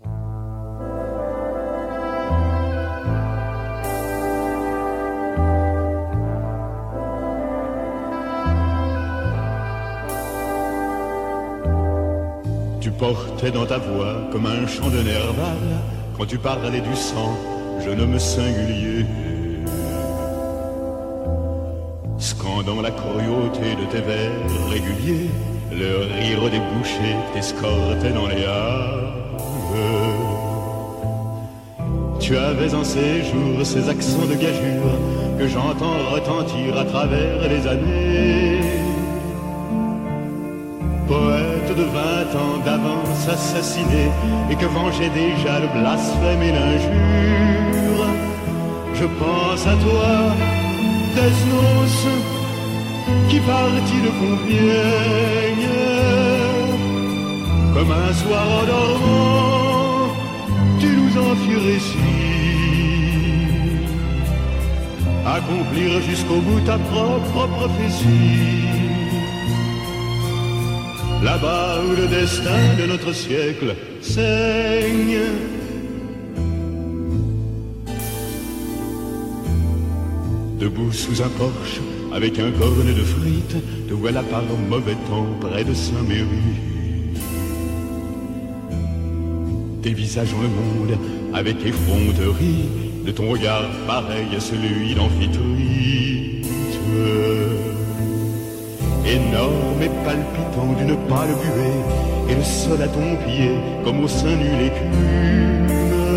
Tu portais dans ta voix comme un chant de Nerval quand tu parlais du sang, jeune homme singulier. Scandant la cruauté de tes vers réguliers, le rire des bouchers t'escortait dans les halles. Tu avais en ces jours ces accents de gageure que j'entends retentir à travers les années. Poète de 20 ans d'avance assassiné et que vengeait déjà le blasphème et l'injure. Je pense à toi, Desnos, qui partit de Compiègne Comme un soir en dormant, tu nous enfuis récit, accomplir jusqu'au bout ta propre prophétie. Là-bas où le destin de notre siècle saigne. Debout sous un porche, avec un cornet de frites, te voilà par mauvais temps près de Saint-Méry. Dévisageons le monde avec effronterie, de ton regard pareil à celui d'Amphitrite. Énorme et palpitant d'une pâle buée, et le sol à ton pied comme au sein nu l'écume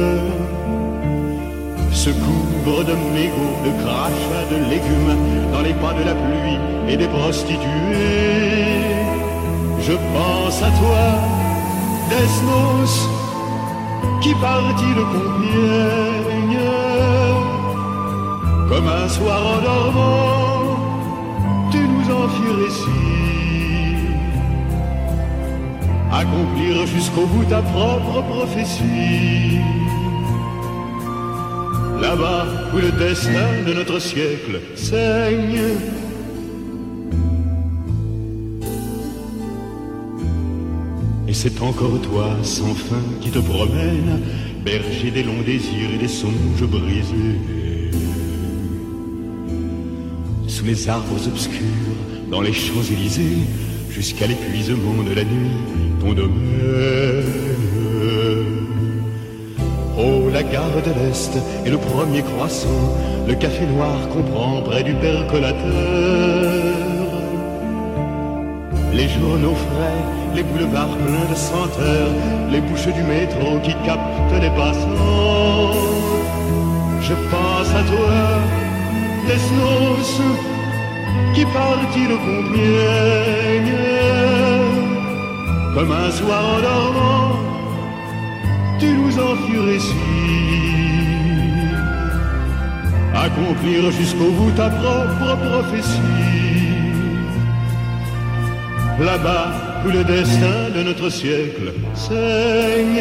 se couvre de mégots, de crachats, de légumes dans les pas de la pluie et des prostituées. Je pense à toi, Desnos, qui partit de Compiègne. Comme un soir en dormant, tu nous enfuis récit, accomplir jusqu'au bout ta propre prophétie. Là-bas où le destin de notre siècle saigne. Et c'est encore toi, sans fin, qui te promène, berger des longs désirs et des songes brisés. Sous les arbres obscurs, dans les Champs-Élysées, jusqu'à l'épuisement de la nuit, ton domaine. Oh, la gare de l'Est et le premier croissant, le café noir qu'on prend près du percolateur. Les journaux frais, les boulevards pleins de senteurs, les bouches du métro qui captent les passants. Je pense à toi, Desnos, qui partit de Compiègne. Comme un soir en dormant, tu nous enfuis récit, accomplir jusqu'au bout ta propre prophétie. Là-bas où le destin de notre siècle saigne.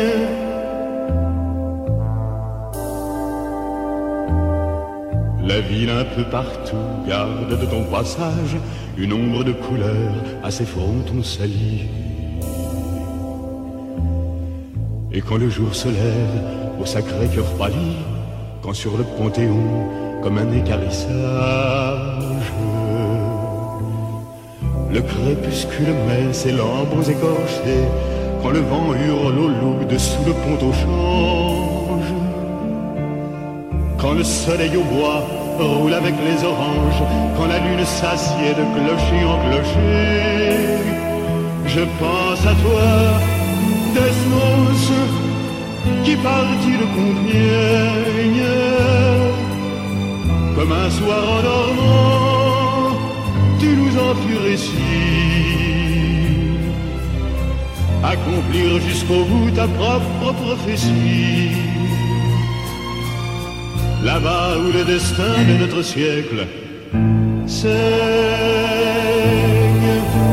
La ville un peu partout garde de ton passage une ombre de couleur à ses frontons salis. Et quand le jour se lève au Sacré-Cœur pâli, quand sur le Panthéon comme un écarissage, le crépuscule met ses lambres écorchés, quand le vent hurle au loup dessous le pont au change, quand le soleil au bois roule avec les oranges, quand la lune s'assied de clocher en clocher, je pense à toi, Desnos, qui partit de Compiègne. Comme un soir en dormant, tu nous enfuis récit, accomplir jusqu'au bout ta propre prophétie. Là-bas où le destin de notre siècle saigne.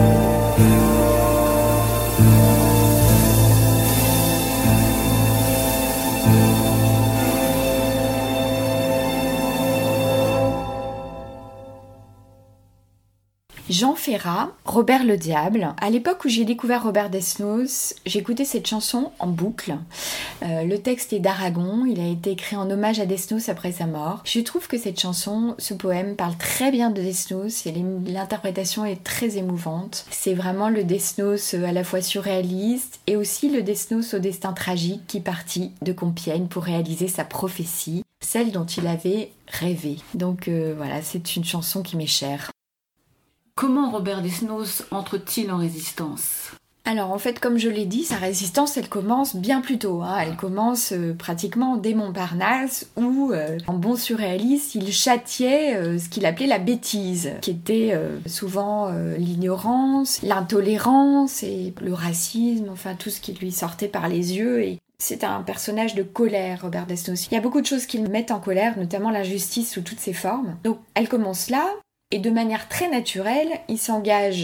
Jean Ferrat, Robert le Diable. À l'époque où j'ai découvert Robert Desnos, j'écoutais cette chanson en boucle. Le texte est d'Aragon, il a été écrit en hommage à Desnos après sa mort. Je trouve que cette chanson, ce poème, parle très bien de Desnos et l'interprétation est très émouvante. C'est vraiment le Desnos à la fois surréaliste et aussi le Desnos au destin tragique qui partit de Compiègne pour réaliser sa prophétie, celle dont il avait rêvé. Donc voilà, c'est une chanson qui m'est chère. Comment Robert Desnos entre-t-il en résistance ? Alors en fait, comme je l'ai dit, sa résistance, elle commence bien plus tôt. Elle commence pratiquement dès Montparnasse où, en bon surréaliste, il châtiait ce qu'il appelait la bêtise, qui était souvent l'ignorance, l'intolérance et le racisme, enfin tout ce qui lui sortait par les yeux. Et c'est un personnage de colère, Robert Desnos. Il y a beaucoup de choses qui le mettent en colère, notamment l'injustice sous toutes ses formes. Donc elle commence là. Et de manière très naturelle, il s'engage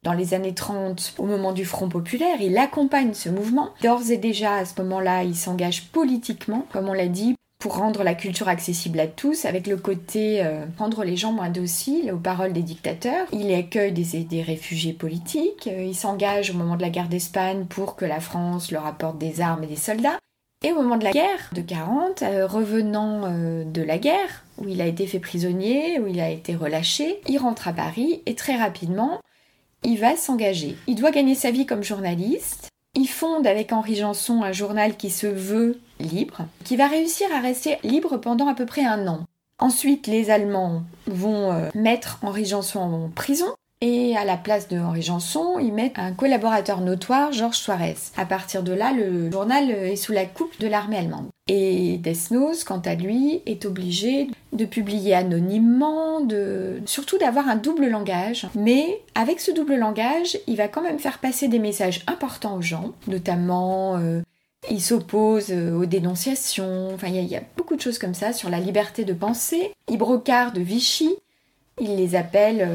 dans les années 30, au moment du Front populaire, il accompagne ce mouvement. D'ores et déjà, à ce moment-là, il s'engage politiquement, comme on l'a dit, pour rendre la culture accessible à tous, avec le côté rendre les gens moins dociles aux paroles des dictateurs. Il accueille des réfugiés politiques, il s'engage au moment de la guerre d'Espagne pour que la France leur apporte des armes et des soldats. Et au moment de la guerre de 40, revenant de la guerre, où il a été fait prisonnier, où il a été relâché, il rentre à Paris et très rapidement, il va s'engager. Il doit gagner sa vie comme journaliste. Il fonde avec Henri Janson un journal qui se veut libre, qui va réussir à rester libre pendant à peu près 1 an. Ensuite, les Allemands vont mettre Henri Janson en prison. Et à la place de Henri Janson, ils mettent un collaborateur notoire, Georges Suarez. À partir de là, le journal est sous la coupe de l'armée allemande. Et Desnos, quant à lui, est obligé de publier anonymement, surtout d'avoir un double langage. Mais avec ce double langage, il va quand même faire passer des messages importants aux gens, notamment il s'oppose aux dénonciations. Enfin, il y a beaucoup de choses comme ça sur la liberté de penser. Il brocarde Vichy, il les appelle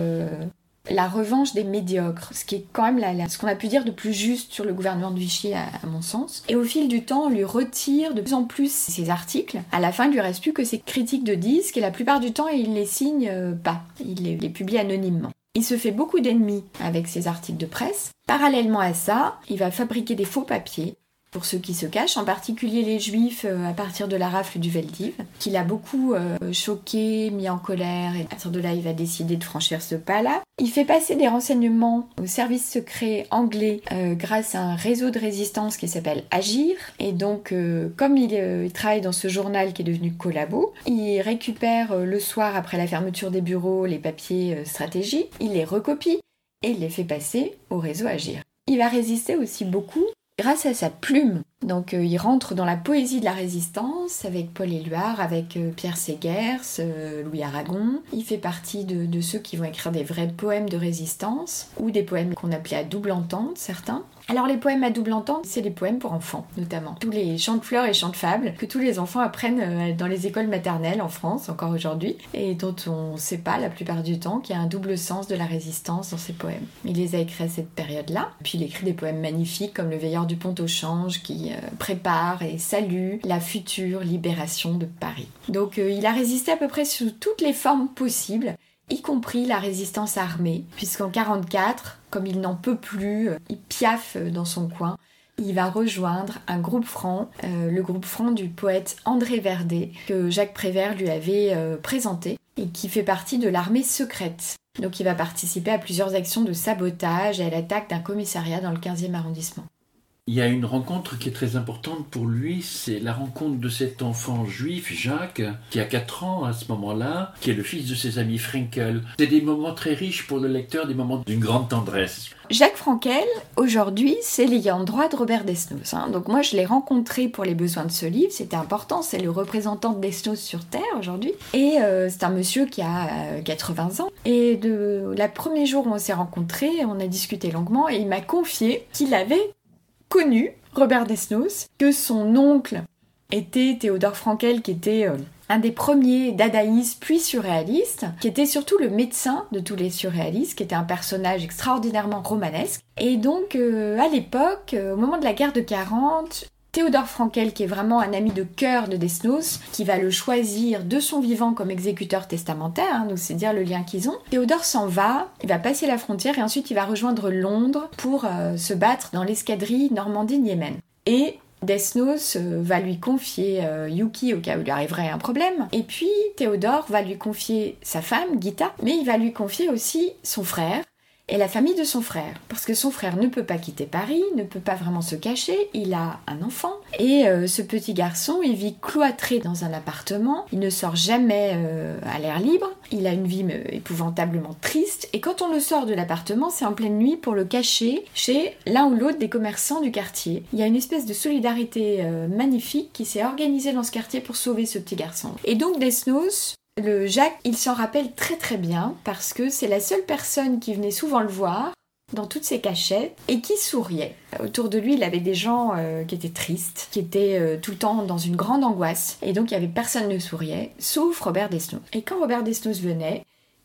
la revanche des médiocres, ce qui est quand même ce qu'on a pu dire de plus juste sur le gouvernement de Vichy à mon sens. Et au fil du temps, on lui retire de plus en plus ses articles. À la fin, il lui reste plus que ses critiques de disques et la plupart du temps, il les signe pas. Il les publie anonymement. Il se fait beaucoup d'ennemis avec ses articles de presse. Parallèlement à ça, il va fabriquer des faux papiers pour ceux qui se cachent, en particulier les Juifs à partir de la rafle du Veldiv, qui l'a beaucoup choqué, mis en colère, et à partir de là, il va décider de franchir ce pas-là. Il fait passer des renseignements au service secret anglais grâce à un réseau de résistance qui s'appelle Agir, et donc comme il travaille dans ce journal qui est devenu Collabo, il récupère le soir après la fermeture des bureaux les papiers stratégiques, il les recopie et il les fait passer au réseau Agir. Il va résister aussi beaucoup grâce à sa plume. Donc il rentre dans la poésie de la résistance avec Paul Éluard, avec Pierre Ségers, Louis Aragon. Il fait partie de ceux qui vont écrire des vrais poèmes de résistance ou des poèmes qu'on appelait à double entente, certains. Alors les poèmes à double entente, c'est les poèmes pour enfants, notamment. Tous les chants de fleurs et chants de fables que tous les enfants apprennent dans les écoles maternelles en France, encore aujourd'hui, et dont on ne sait pas la plupart du temps qu'il y a un double sens de la résistance dans ces poèmes. Il les a écrits à cette période-là. Puis il écrit des poèmes magnifiques comme Le Veilleur du Pont-au-Change qui prépare et salue la future libération de Paris. Donc il a résisté à peu près sous toutes les formes possibles, y compris la résistance armée, puisqu'en 1944, comme il n'en peut plus, il piaffe dans son coin, il va rejoindre un groupe franc, le groupe franc du poète André Verdet, que Jacques Prévert lui avait présenté, et qui fait partie de l'armée secrète. Donc il va participer à plusieurs actions de sabotage et à l'attaque d'un commissariat dans le 15e arrondissement. Il y a une rencontre qui est très importante pour lui, c'est la rencontre de cet enfant juif, Jacques, qui a 4 ans à ce moment-là, qui est le fils de ses amis Frenkel. C'est des moments très riches pour le lecteur, des moments d'une grande tendresse. Jacques Frenkel, aujourd'hui, c'est l'ayant droit de Robert Desnos. Donc moi, je l'ai rencontré pour les besoins de ce livre, c'était important, c'est le représentant de Desnos sur Terre aujourd'hui. Et c'est un monsieur qui a 80 ans. Et le premier jour où on s'est rencontrés, on a discuté longuement et il m'a confié qu'il avait connu Robert Desnos, que son oncle était Théodore Frenkel, qui était un des premiers dadaïstes puis surréalistes, qui était surtout le médecin de tous les surréalistes, qui était un personnage extraordinairement romanesque. Et donc, à l'époque, au moment de la guerre de 40, Théodore Frenkel, qui est vraiment un ami de cœur de Desnos, qui va le choisir de son vivant comme exécuteur testamentaire, donc c'est dire le lien qu'ils ont. Théodore s'en va, il va passer la frontière et ensuite il va rejoindre Londres pour se battre dans l'escadrille Normandie-Niemen. Et Desnos va lui confier Yuki au cas où il lui arriverait un problème. Et puis Théodore va lui confier sa femme, Gita, mais il va lui confier aussi son frère, et la famille de son frère, parce que son frère ne peut pas quitter Paris, ne peut pas vraiment se cacher, il a un enfant, et ce petit garçon, il vit cloîtré dans un appartement, il ne sort jamais à l'air libre, il a une vie épouvantablement triste, et quand on le sort de l'appartement, c'est en pleine nuit pour le cacher chez l'un ou l'autre des commerçants du quartier. Il y a une espèce de solidarité magnifique qui s'est organisée dans ce quartier pour sauver ce petit garçon. Et donc Desnos, le Jacques, il s'en rappelle très très bien parce que c'est la seule personne qui venait souvent le voir dans toutes ses cachettes et qui souriait. Autour de lui, il avait des gens qui étaient tristes, qui étaient tout le temps dans une grande angoisse. Et donc, il y avait personne ne souriait, sauf Robert Desnos. Et quand Robert Desnos venait,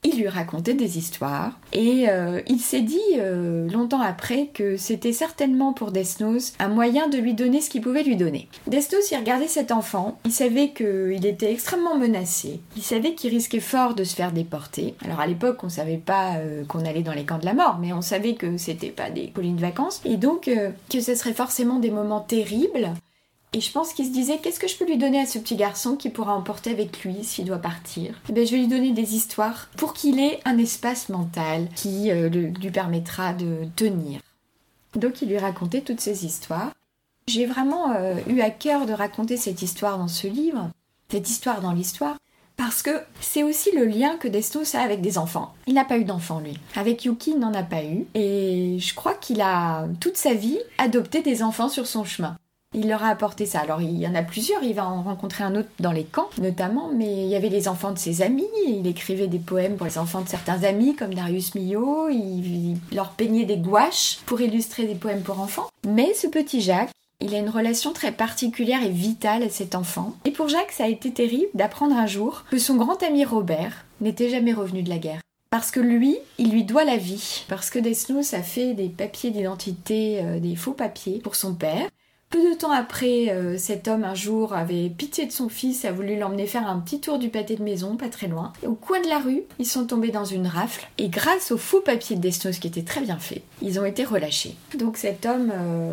il lui racontait des histoires et il s'est dit longtemps après que c'était certainement pour Desnos un moyen de lui donner ce qu'il pouvait lui donner. Desnos, il regardait cet enfant, il savait qu'il était extrêmement menacé, il savait qu'il risquait fort de se faire déporter. Alors à l'époque, on savait pas qu'on allait dans les camps de la mort, mais on savait que c'était pas des colonies de vacances et donc que ce serait forcément des moments terribles. Et je pense qu'il se disait, qu'est-ce que je peux lui donner à ce petit garçon qui pourra emporter avec lui s'il doit partir ? Eh bien, je vais lui donner des histoires pour qu'il ait un espace mental qui lui permettra de tenir. Donc il lui racontait toutes ces histoires. J'ai vraiment eu à cœur de raconter cette histoire dans ce livre, cette histoire dans l'histoire, parce que c'est aussi le lien que Desnos a avec des enfants. Il n'a pas eu d'enfants, lui. Avec Yuki, il n'en a pas eu. Et je crois qu'il a, toute sa vie, adopté des enfants sur son chemin. Il leur a apporté ça. Alors, il y en a plusieurs. Il va en rencontrer un autre dans les camps, notamment. Mais il y avait les enfants de ses amis. Il écrivait des poèmes pour les enfants de certains amis, comme Darius Milhaud. Il leur peignait des gouaches pour illustrer des poèmes pour enfants. Mais ce petit Jacques, il a une relation très particulière et vitale à cet enfant. Et pour Jacques, ça a été terrible d'apprendre un jour que son grand ami Robert n'était jamais revenu de la guerre. Parce que lui, il lui doit la vie. Parce que Desnos a fait des papiers d'identité, des faux papiers pour son père. Peu de temps après, cet homme un jour avait pitié de son fils, a voulu l'emmener faire un petit tour du pâté de maison, pas très loin. Et au coin de la rue, ils sont tombés dans une rafle et grâce au faux papier de Desnos qui était très bien fait, ils ont été relâchés. Donc cet homme,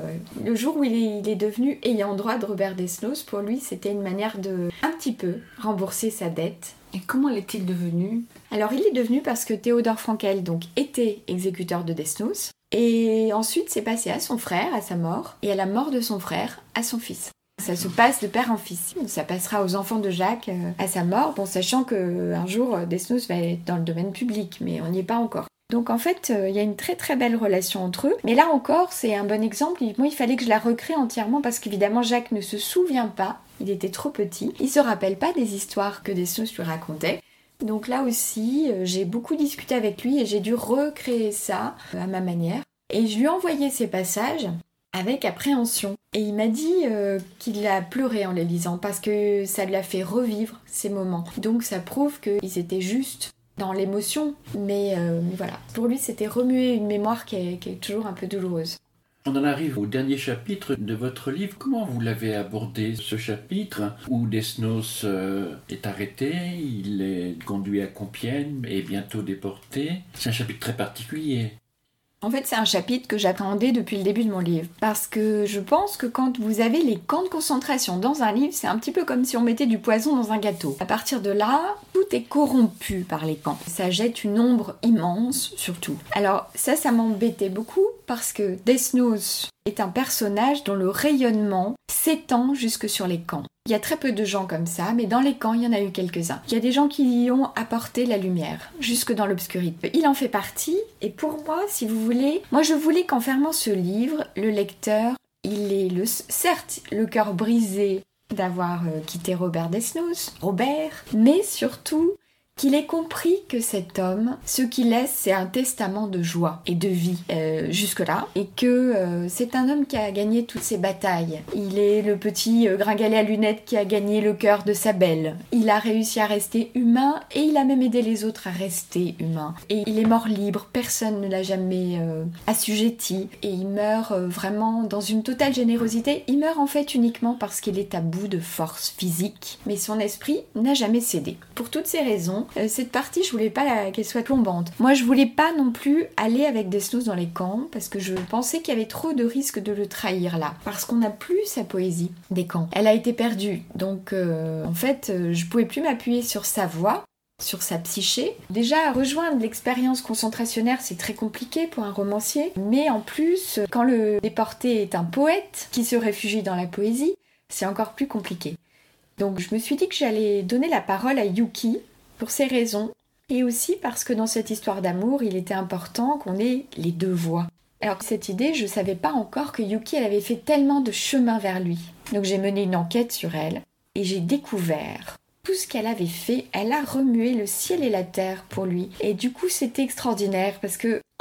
le jour où il est devenu ayant droit de Robert Desnos, pour lui c'était une manière de un petit peu rembourser sa dette. Et comment l'est-il devenu ? Alors il est devenu parce que Théodore Frankel donc était exécuteur de Desnos. Et ensuite, c'est passé à son frère, à sa mort, et à la mort de son frère, à son fils. Ça se passe de père en fils. Ça passera aux enfants de Jacques à sa mort, bon, sachant qu'un jour, Desnos va être dans le domaine public, mais on n'y est pas encore. Donc en fait, il y a une très très belle relation entre eux. Mais là encore, c'est un bon exemple. Moi, il fallait que je la recrée entièrement parce qu'évidemment, Jacques ne se souvient pas. Il était trop petit. Il se rappelle pas des histoires que Desnos lui racontait. Donc là aussi, j'ai beaucoup discuté avec lui et j'ai dû recréer ça à ma manière. Et je lui ai envoyé ces passages avec appréhension. Et il m'a dit qu'il a pleuré en les lisant parce que ça lui a fait revivre ces moments. Donc ça prouve qu'ils étaient justes dans l'émotion. Mais voilà, pour lui c'était remuer une mémoire qui est toujours un peu douloureuse. On en arrive au dernier chapitre de votre livre. Comment vous l'avez abordé, ce chapitre où Desnos est arrêté, il est conduit à Compiègne et bientôt déporté? C'est un chapitre très particulier. En fait, c'est un chapitre que j'appréhendais depuis le début de mon livre. Parce que je pense que quand vous avez les camps de concentration dans un livre, c'est un petit peu comme si on mettait du poison dans un gâteau. À partir de là, tout est corrompu par les camps. Ça jette une ombre immense, surtout. Alors ça m'embêtait beaucoup parce que Desnos est un personnage dont le rayonnement s'étend jusque sur les camps. Il y a très peu de gens comme ça, mais dans les camps, il y en a eu quelques-uns. Il y a des gens qui y ont apporté la lumière, jusque dans l'obscurité. Il en fait partie, et pour moi, si vous voulez, moi je voulais qu'en fermant ce livre, le lecteur, il ait certes le cœur brisé d'avoir quitté Robert Desnos, mais surtout qu'il ait compris que cet homme, ce qu'il laisse, c'est un testament de joie et de vie jusque-là, et que c'est un homme qui a gagné toutes ses batailles. Il est le petit gringalet à lunettes qui a gagné le cœur de sa belle. Il a réussi à rester humain, et il a même aidé les autres à rester humains. Et il est mort libre, personne ne l'a jamais assujetti, et il meurt vraiment dans une totale générosité. Il meurt en fait uniquement parce qu'il est à bout de force physique, mais son esprit n'a jamais cédé. Pour toutes ces raisons, cette partie, je voulais pas qu'elle soit plombante. Moi, je voulais pas non plus aller avec Desnos dans les camps, parce que je pensais qu'il y avait trop de risques de le trahir là. Parce qu'on n'a plus sa poésie des camps. Elle a été perdue. Donc, en fait, je pouvais plus m'appuyer sur sa voix, sur sa psyché. Déjà, rejoindre l'expérience concentrationnaire, c'est très compliqué pour un romancier. Mais en plus, quand le déporté est un poète qui se réfugie dans la poésie, c'est encore plus compliqué. Donc, je me suis dit que j'allais donner la parole à Yuki, pour ces raisons, et aussi parce que dans cette histoire d'amour, il était important qu'on ait les deux voix. Alors cette idée, je ne savais pas encore que Yuki, elle avait fait tellement de chemin vers lui. Donc j'ai mené une enquête sur elle, et j'ai découvert tout ce qu'elle avait fait. Elle a remué le ciel et la terre pour lui. Et du coup, c'était extraordinaire, parce que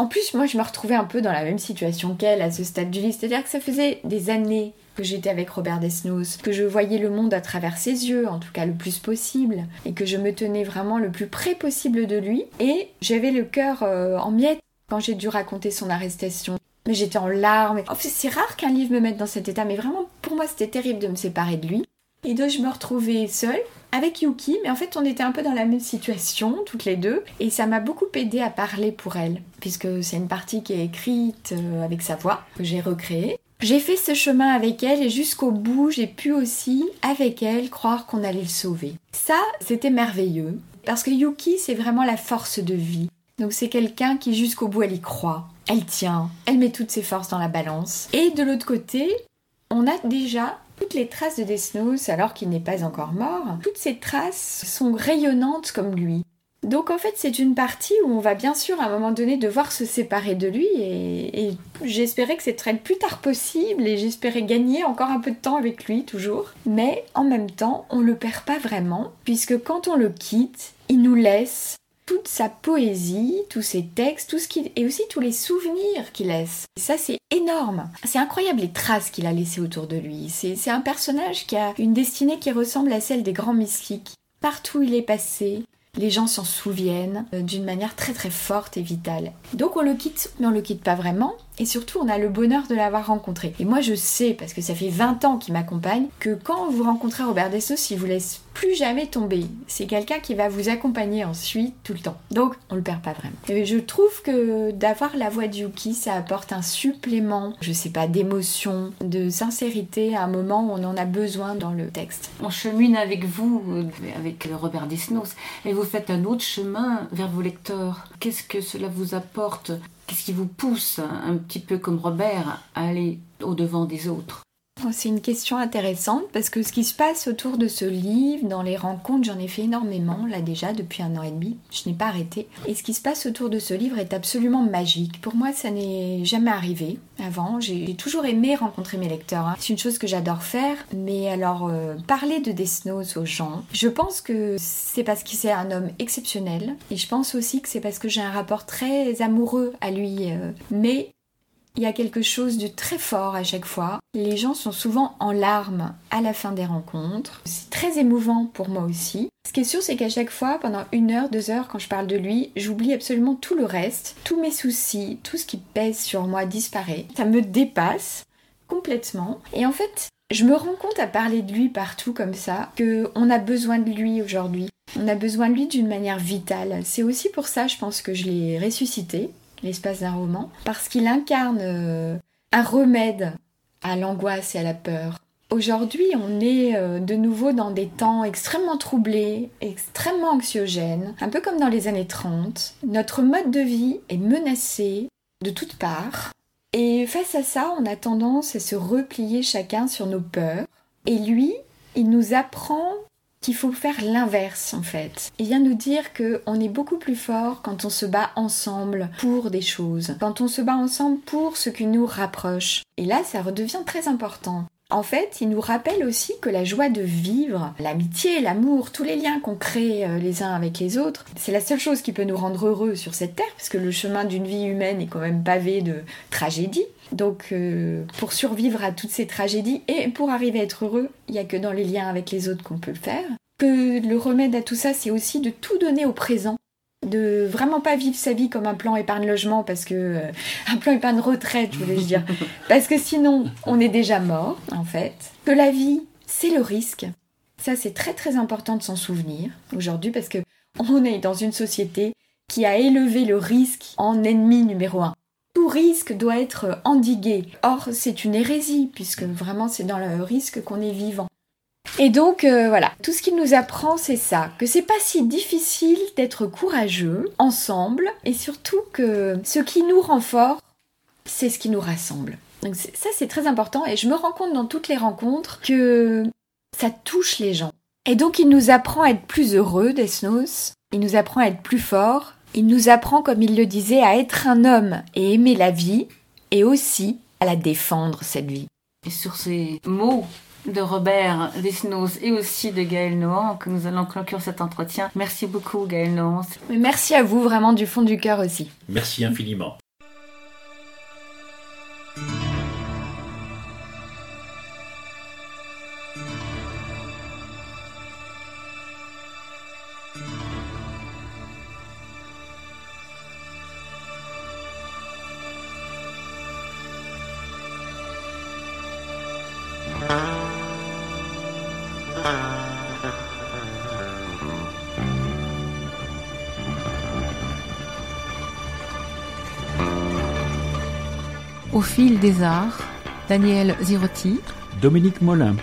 En plus, moi, je me retrouvais un peu dans la même situation qu'elle à ce stade du livre. C'est-à-dire que ça faisait des années que j'étais avec Robert Desnos, que je voyais le monde à travers ses yeux, en tout cas le plus possible, et que je me tenais vraiment le plus près possible de lui. Et j'avais le cœur en miettes quand j'ai dû raconter son arrestation. Mais j'étais en larmes. En fait, c'est rare qu'un livre me mette dans cet état, mais vraiment, pour moi, c'était terrible de me séparer de lui. Et donc, je me retrouvais seule avec Yuki, mais en fait, on était un peu dans la même situation, toutes les deux, et ça m'a beaucoup aidée à parler pour elle, puisque c'est une partie qui est écrite avec sa voix, que j'ai recréée. J'ai fait ce chemin avec elle, et jusqu'au bout, j'ai pu aussi, avec elle, croire qu'on allait le sauver. Ça, c'était merveilleux, parce que Yuki, c'est vraiment la force de vie. Donc c'est quelqu'un qui, jusqu'au bout, elle y croit. Elle tient, elle met toutes ses forces dans la balance. Et de l'autre côté, on a déjà toutes les traces de Desnos, alors qu'il n'est pas encore mort. Toutes ces traces sont rayonnantes comme lui. Donc en fait, c'est une partie où on va bien sûr à un moment donné devoir se séparer de lui et j'espérais que ce serait le plus tard possible et j'espérais gagner encore un peu de temps avec lui toujours. Mais en même temps, on le perd pas vraiment puisque quand on le quitte, il nous laisse toute sa poésie, tous ses textes, et aussi tous les souvenirs qu'il laisse. Et ça, c'est énorme. C'est incroyable les traces qu'il a laissées autour de lui. C'est un personnage qui a une destinée qui ressemble à celle des grands mystiques. Partout où il est passé, les gens s'en souviennent d'une manière très très forte et vitale. Donc on le quitte, mais on le quitte pas vraiment. Et surtout, on a le bonheur de l'avoir rencontré. Et moi, je sais, parce que ça fait 20 ans qu'il m'accompagne, que quand vous rencontrez Robert Desnos, il vous laisse plus jamais tomber. C'est quelqu'un qui va vous accompagner ensuite, tout le temps. Donc, on le perd pas vraiment. Et je trouve que d'avoir la voix de Yuki, ça apporte un supplément, je sais pas, d'émotion, de sincérité à un moment où on en a besoin dans le texte. On chemine avec vous, avec Robert Desnos, et vous faites un autre chemin vers vos lecteurs. Qu'est-ce que cela vous apporte ? Qu'est-ce qui vous pousse, un petit peu comme Robert, à aller au-devant des autres ? C'est une question intéressante parce que ce qui se passe autour de ce livre, dans les rencontres, j'en ai fait énormément là déjà depuis 1 an et demi, je n'ai pas arrêté. Et ce qui se passe autour de ce livre est absolument magique. Pour moi, ça n'est jamais arrivé avant. J'ai toujours aimé rencontrer mes lecteurs. C'est une chose que j'adore faire. Mais alors, parler de Desnos aux gens, je pense que c'est parce qu'il c'est un homme exceptionnel. Et je pense aussi que c'est parce que j'ai un rapport très amoureux à lui. Mais il y a quelque chose de très fort à chaque fois. Les gens sont souvent en larmes à la fin des rencontres. C'est très émouvant pour moi aussi. Ce qui est sûr, c'est qu'à chaque fois, pendant 1 heure, 2 heures, quand je parle de lui, j'oublie absolument tout le reste. Tous mes soucis, tout ce qui pèse sur moi disparaît. Ça me dépasse complètement. Et en fait, je me rends compte à parler de lui partout comme ça, qu'on a besoin de lui aujourd'hui. On a besoin de lui d'une manière vitale. C'est aussi pour ça, je pense, que je l'ai ressuscité. L'espace d'un roman, parce qu'il incarne un remède à l'angoisse et à la peur. Aujourd'hui, on est de nouveau dans des temps extrêmement troublés, extrêmement anxiogènes, un peu comme dans les années 30. Notre mode de vie est menacé de toutes parts. Et face à ça, on a tendance à se replier chacun sur nos peurs. Et lui, il nous apprend qu'il faut faire l'inverse en fait. Il vient nous dire qu'on est beaucoup plus fort quand on se bat ensemble pour des choses, quand on se bat ensemble pour ce qui nous rapproche. Et là, ça redevient très important. En fait, il nous rappelle aussi que la joie de vivre, l'amitié, l'amour, tous les liens qu'on crée les uns avec les autres, c'est la seule chose qui peut nous rendre heureux sur cette terre, parce que le chemin d'une vie humaine est quand même pavé de tragédies. Donc, pour survivre à toutes ces tragédies et pour arriver à être heureux, il n'y a que dans les liens avec les autres qu'on peut le faire. Que le remède à tout ça, c'est aussi de tout donner au présent. De vraiment pas vivre sa vie comme un plan épargne-logement, parce que... un plan épargne-retraite, je voulais dire. Parce que sinon, on est déjà mort, en fait. Que la vie, c'est le risque. Ça, c'est très très important de s'en souvenir aujourd'hui, parce que on est dans une société qui a élevé le risque en ennemi numéro 1. Tout risque doit être endigué. Or, c'est une hérésie, puisque vraiment, c'est dans le risque qu'on est vivant. Et donc, voilà, tout ce qu'il nous apprend, c'est ça, que c'est pas si difficile d'être courageux, ensemble, et surtout que ce qui nous rend forts, c'est ce qui nous rassemble. Donc ça, c'est très important, et je me rends compte dans toutes les rencontres que ça touche les gens. Et donc, il nous apprend à être plus heureux, Desnos, il nous apprend à être plus fort, il nous apprend, comme il le disait, à être un homme et aimer la vie, et aussi à la défendre, cette vie. Et sur ces mots de Robert Desnos et aussi de Gaëlle Nohan que nous allons conclure cet entretien. Merci beaucoup Gaëlle Nohan. Merci à vous, vraiment du fond du cœur aussi. Merci infiniment. Au fil des arts, Daniel Zirotti, Dominique Molin.